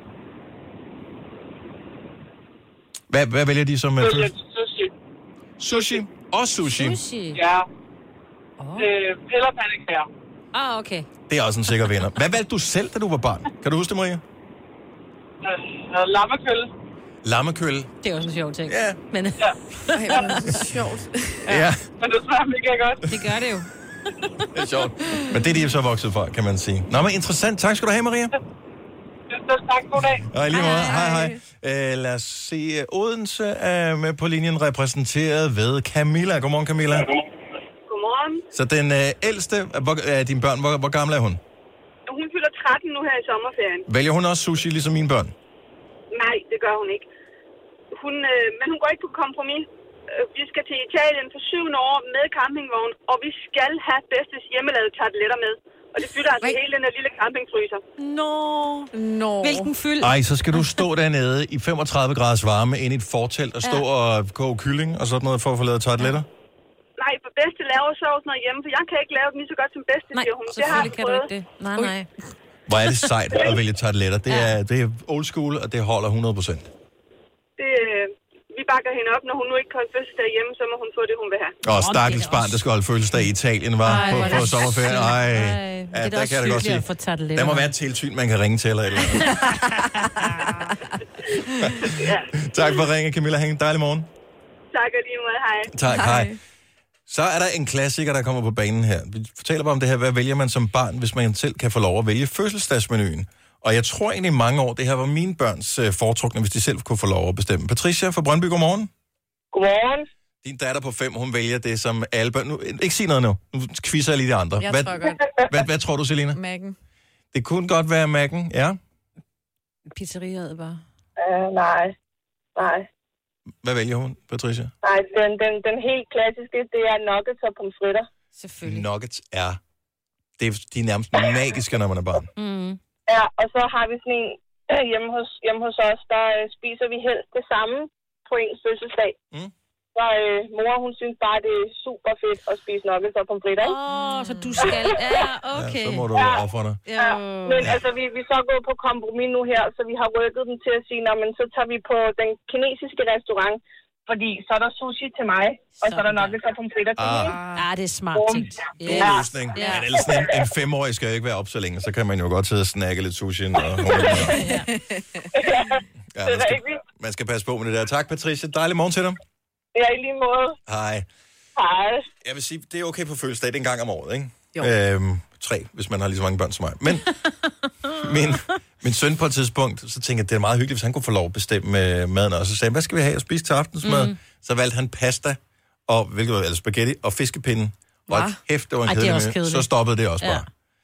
Hvad vælger de som fødselsdag? Sushi. Sushi? Og sushi? Ja. Eller pandekager. Okay. Det er også en sikker vinder. Hvad valgte du selv, da du var barn? Kan du huske det, Maria? Lammekølle. Lammekølle? Det er også en sjov ting. Ja. Men... Ej, det er sjovt. Ja. Men det smager mega godt. Det gør det jo. Det er sjovt. Men det er de så vokset fra, kan man sige. Nå, men interessant. Tak skal du have, Maria. Tak, god dag. Og i lige måde. Hej. Lad os se. Odense er med på linjen repræsenteret ved Camilla. Godmorgen, Camilla. Godmorgen. Så den ældste af dine børn, hvor gammel er hun? Hun fylder 13 nu her i sommerferien. Vælger hun også sushi, ligesom mine børn? Nej, det gør hun ikke. Men hun går ikke på kompromis. Vi skal til Italien for 7. år med campingvogn, og vi skal have bedstes hjemmelavede tarteletter med. Og det fylder altså hele den der lille campingfryser. Nå. Hvilken fyld? Ej, så skal du stå dernede i 35 graders varme inde i et fortelt og stå og koge kylling og sådan noget for at få lavet tarteletter? Nej, for bedste laver sovs noget hjemme, for jeg kan ikke lave den lige så godt som bedste, siger hun. Selvfølgelig kan du ikke det. Nej. Hvor er det sejt at vælge tarteletter. Det er old school, og det holder 100%. Vi bakker hende op, når hun nu ikke kan holde fødselsdag hjemme, så må hun få det, hun vil have. Og stakkels barn, der skal holde fødselsdag i Italien, var på sommerferie. Det er da også hyggeligt at få tarteletter. Der må være et tilsyn, man kan ringe til eller et eller andet. Tak for at ringe, Camilla. Ha' en dejlig morgen. Tak og lige måde. Hej. Tak, hej. Så er der en klassiker, der kommer på banen her. Vi fortæller bare om det her. Hvad vælger man som barn, hvis man selv kan få lov at vælge fødselsdagsmenuen? Og jeg tror egentlig i mange år, det her var mine børns foretrukne, hvis de selv kunne få lov at bestemme. Patricia fra Brøndby, godmorgen. Godmorgen. Din datter på 5, hun vælger det som alle børn. Nu, ikke sig noget nu. Nu quizzer jeg lige de andre. Jeg tror godt. Hvad tror du, Selina? Mac'en. Det kunne godt være Mac'en, ja. Pizzeriet bare. Nej. Hvad vælger hun, Patricia? Nej, den helt klassiske, det er nuggets og pomfritter. Selvfølgelig. Nuggets de er nærmest magiske, når man er barn. Ja, og så har vi sådan en hjemme hos os, der spiser vi helst det samme på ens fødselsdag. Så mor, hun synes bare, det er super fedt at spise nuggets og pomfritter. Så du skal... Ja, okay. Ja, så må du ofre dig. Ja. Men altså, vi er så gået på kompromis nu her, så vi har rykket dem til at sige, men så tager vi på den kinesiske restaurant, fordi så er der sushi til mig, og så er der nuggets og pomfritter til mig. Det er smart tænkt. God løsning. Ja. Men ellers en 5-årig skal jo ikke være op så længe, så kan man jo godt sidde og snakke lidt sushi. Man skal passe på med det der. Tak, Patricia. Dejlig morgen til dig. Ja, i lige måde. Hej. Hej. Jeg vil sige, det er okay på fødselsdag, det er en gang om året, ikke? Jo. 3, hvis man har lige så mange børn som mig. Men min søn på et tidspunkt, så tænkte jeg, det er meget hyggeligt, hvis han kunne få lov at bestemme maden. Og så sagde han, hvad skal vi have at spise til aftensmad? Så valgte han pasta, eller spaghetti og fiskepinde. Og hæft, det var en kedelig. Så stoppede det også bare.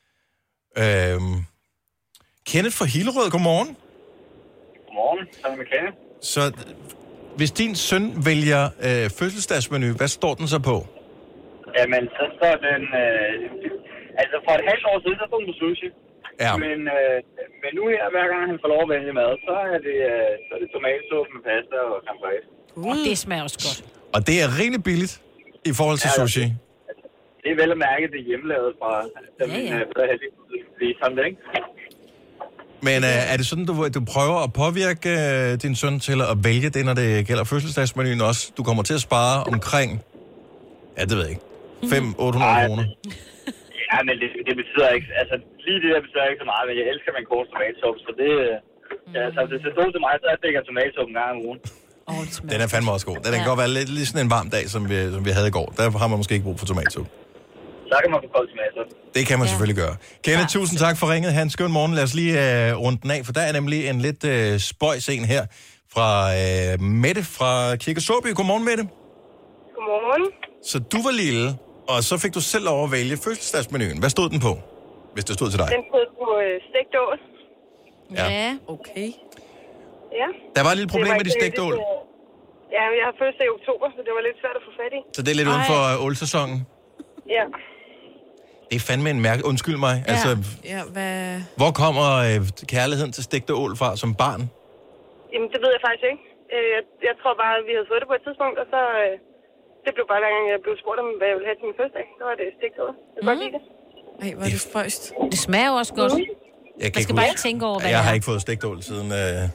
Kenneth fra Hillerød, godmorgen. Godmorgen, sammen med Kenneth. Så hvis din søn vælger fødselsdagsmenu, hvad står den så på? Jamen, så står den... altså, for et halvt år siden, så stod den på sushi. Ja. Men nu her, hver gang han får lov at vælge mad, så er det tomatsuppe med pasta og creme fraiche. Det smager også godt. Og det er rimelig billigt i forhold til sushi. Det er vel at mærke, det er hjemmelavet fra min heldigvis ham det, ikke? Men er det sådan, du prøver at påvirke din søn til at vælge det, når det gælder fødselsdagsmenuen også? Du kommer til at spare omkring, det ved jeg ikke, 500-800 kroner? Ja, men det betyder ikke, altså lige det der betyder ikke så meget, men jeg elsker min kors tomatsuppe, så det, altså hvis det stod til mig, så jeg ikke tomatsuppe en gang om ugen. Den er fandme også god. Den kan godt være lidt sådan en varm dag, som vi havde i går. Der har man måske ikke brug for tomatsuppe. Så kan man få koldt tomatsuppe. Det kan man selvfølgelig gøre. Kenneth, tusind tak for ringet. Han skøn morgen. Lad os lige runde den af, for der er nemlig en lidt spøjs en her fra Mette fra Kirke Såby. Godmorgen, Mette. Godmorgen. Så du var lille, og så fik du selv lov at vælge fødselsdagsmenuen. Hvad stod den på, hvis det stod til dig? Den stod på stegt ål. Ja, okay. Ja. Der var et lille problem med de stegte ål. Ja, jeg har fødselsdag i oktober, så det var lidt svært at få fat i. Så det er lidt uden for ålsæsonen? Ja. Det er fandme en mærke. Undskyld mig. Ja. Altså, Hvad... hvor kommer kærligheden til stegte ål fra som barn? Jamen, det ved jeg faktisk ikke. Jeg tror bare, at vi havde fået det på et tidspunkt, og så... det blev bare, hver gang jeg blev spurgt om, hvad jeg ville have til min fødselsdag. Så var det stegt ål. Jeg kan godt lide det. Ej, hvor er det spøjst. Det smager jo også godt. Man skal bare ikke tænke over, hvad jeg har ikke fået stegt ål siden...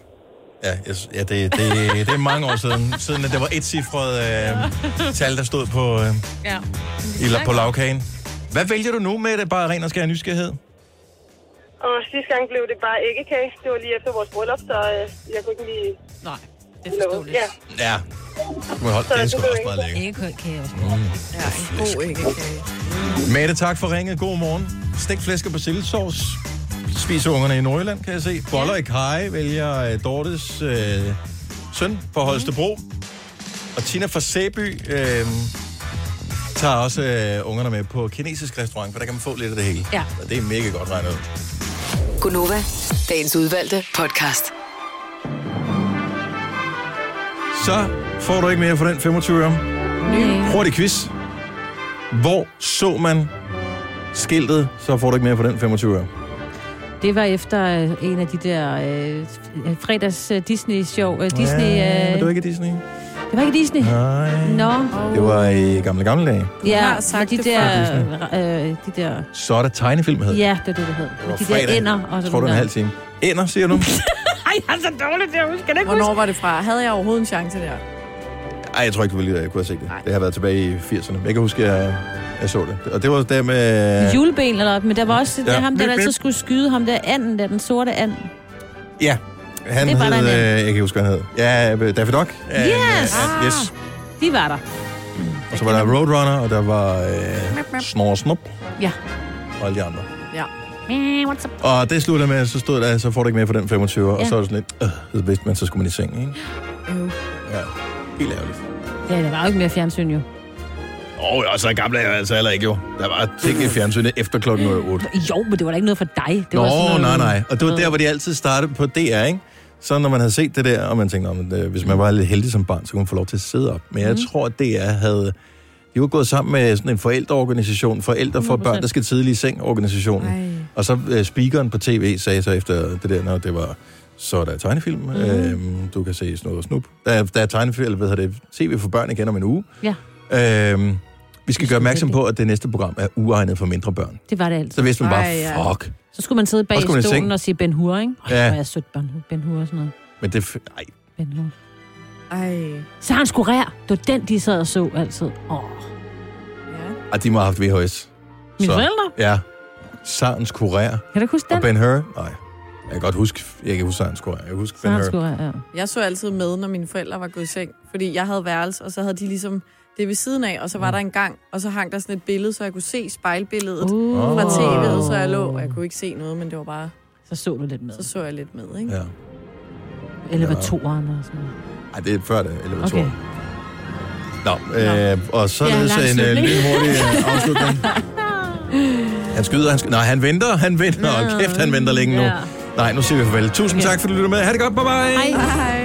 det er mange år siden at det var et cifret tal, der stod på lavkagen. Hvad vælger du nu med det? Bare ren og skær nysgerrighed? Og sidste gang blev det bare æggekage. Det var lige efter vores bryllup, så jeg kunne ikke lige... Nej, det er forståeligt. Ja. Men hold, det er sgu også meget lækkert. Æggekage også. Ja, en god æggekage. Mette, tak for ringet. God morgen. Stegt flæsk og persillesauce. Spiser ungerne i Nordjylland, kan jeg se. Boller i kaj vælger Dortes søn fra Holstebro. Og Tina fra Sæby tager også ungerne med på kinesisk restaurant, for der kan man få lidt af det hele. Ja. Og det er mega godt regnet ud. Gunova, dagens udvalgte podcast. Så får du ikke mere for den 25 øre. Hurtig quiz. Hvor så man skiltet, så får du ikke mere for den 25 øre. Det var efter en af de der fredags Disney-show. Disney... Ja, det var ikke Disney. Det var ikke Disney? Nej. Nå. Det var i gamle dage. Ja, de der... Så er der tegnefilm, hed. Ja, det er det hed. Det var de fredag. der ender og sådan tror du en halv time. Ender, siger du? Ej, jeg er så dårligt, jeg husker det ikke. Hvornår var det fra? Havde jeg overhovedet en chance der? Ej, jeg tror ikke, du ville lide, at jeg kunne have set det. Det har været tilbage i 80'erne. Jeg kan huske, at jeg så det. Og det var der med... Juleben, eller men der var også der ham, der altid skulle skyde ham der anden, der den sorte and. Ja, han hed... jeg kan ikke huske, hvad han hed. Ja, Daffy Duck. Yes! De var der. Og så var der Roadrunner, og der var Snor og Snup. Ja. Og alle de andre. Ja. What's up? Og det slutter med, så stod der, så får du ikke mere for den 25, og så er det sådan lidt, det er bedst, men så skulle man i seng, ikke? Ja, helt ærgerligt. Ja, der var jo ikke mere fjernsyn, jo. Og så gamle er jeg altså heller ikke, jo. Der var ting i fjernsynet efter klokken 8. Jo, men det var da ikke noget for dig. Det var sådan noget... nej. Og det var der, hvor de altid startede på DR, ikke? Så når man havde set det der, og man tænkte, hvis man var lidt heldig som barn, så kunne man få lov til at sidde op. Men jeg tror, at DR havde... De var gået sammen med sådan en forældreorganisation, Forældre for 100%. Børn, der skal tidlig i seng-organisationen. Og så speakeren på tv sagde så efter det der, når det var... Så der er tegnefilm. Du kan se Snor og Snup. Der er tegnefilm, hvad hedder det, tv for børn igen om en uge. Ja. Vi skal gøre opmærksom på, at det næste program er uegnet for mindre børn. Det var det altid. Så vidste man bare, fuck. Så skulle man sidde bag stolen og sige Ben Hur, ikke? Hvor er jeg sødt Ben Hur og sådan noget. Men det... Ej. Ben Hur. Så han skulle rær. Det var den, de sad og så altid. Og de må have haft VHS. Mine forældre? Ja. Sarens Kurér. Kan du huske den? Og Ben Hur? Nej. Jeg kan godt huske, jeg kan huske Science Square. Jeg kan huske Ben Hur. Ja. Jeg så altid med, når mine forældre var gået i seng, fordi jeg havde værelse, og så havde de ligesom det ved siden af, og så var der en gang, og så hang der sådan et billede, så jeg kunne se spejlbilledet fra tv'et, så jeg lå, og jeg kunne ikke se noget, men det var bare... Så du lidt med. Så så jeg lidt med, ikke? Ja. Elevatoren og sådan noget. Nej, det er før det, elevatoren. Okay. Nå, og således en lynhurtig afslutning. Han skyder, han venter, og kæft, han venter længe nu. Nej, nu siger vi farvel. Tusind tak, fordi du lyttede med. Ha' det godt, bye bye. Hej.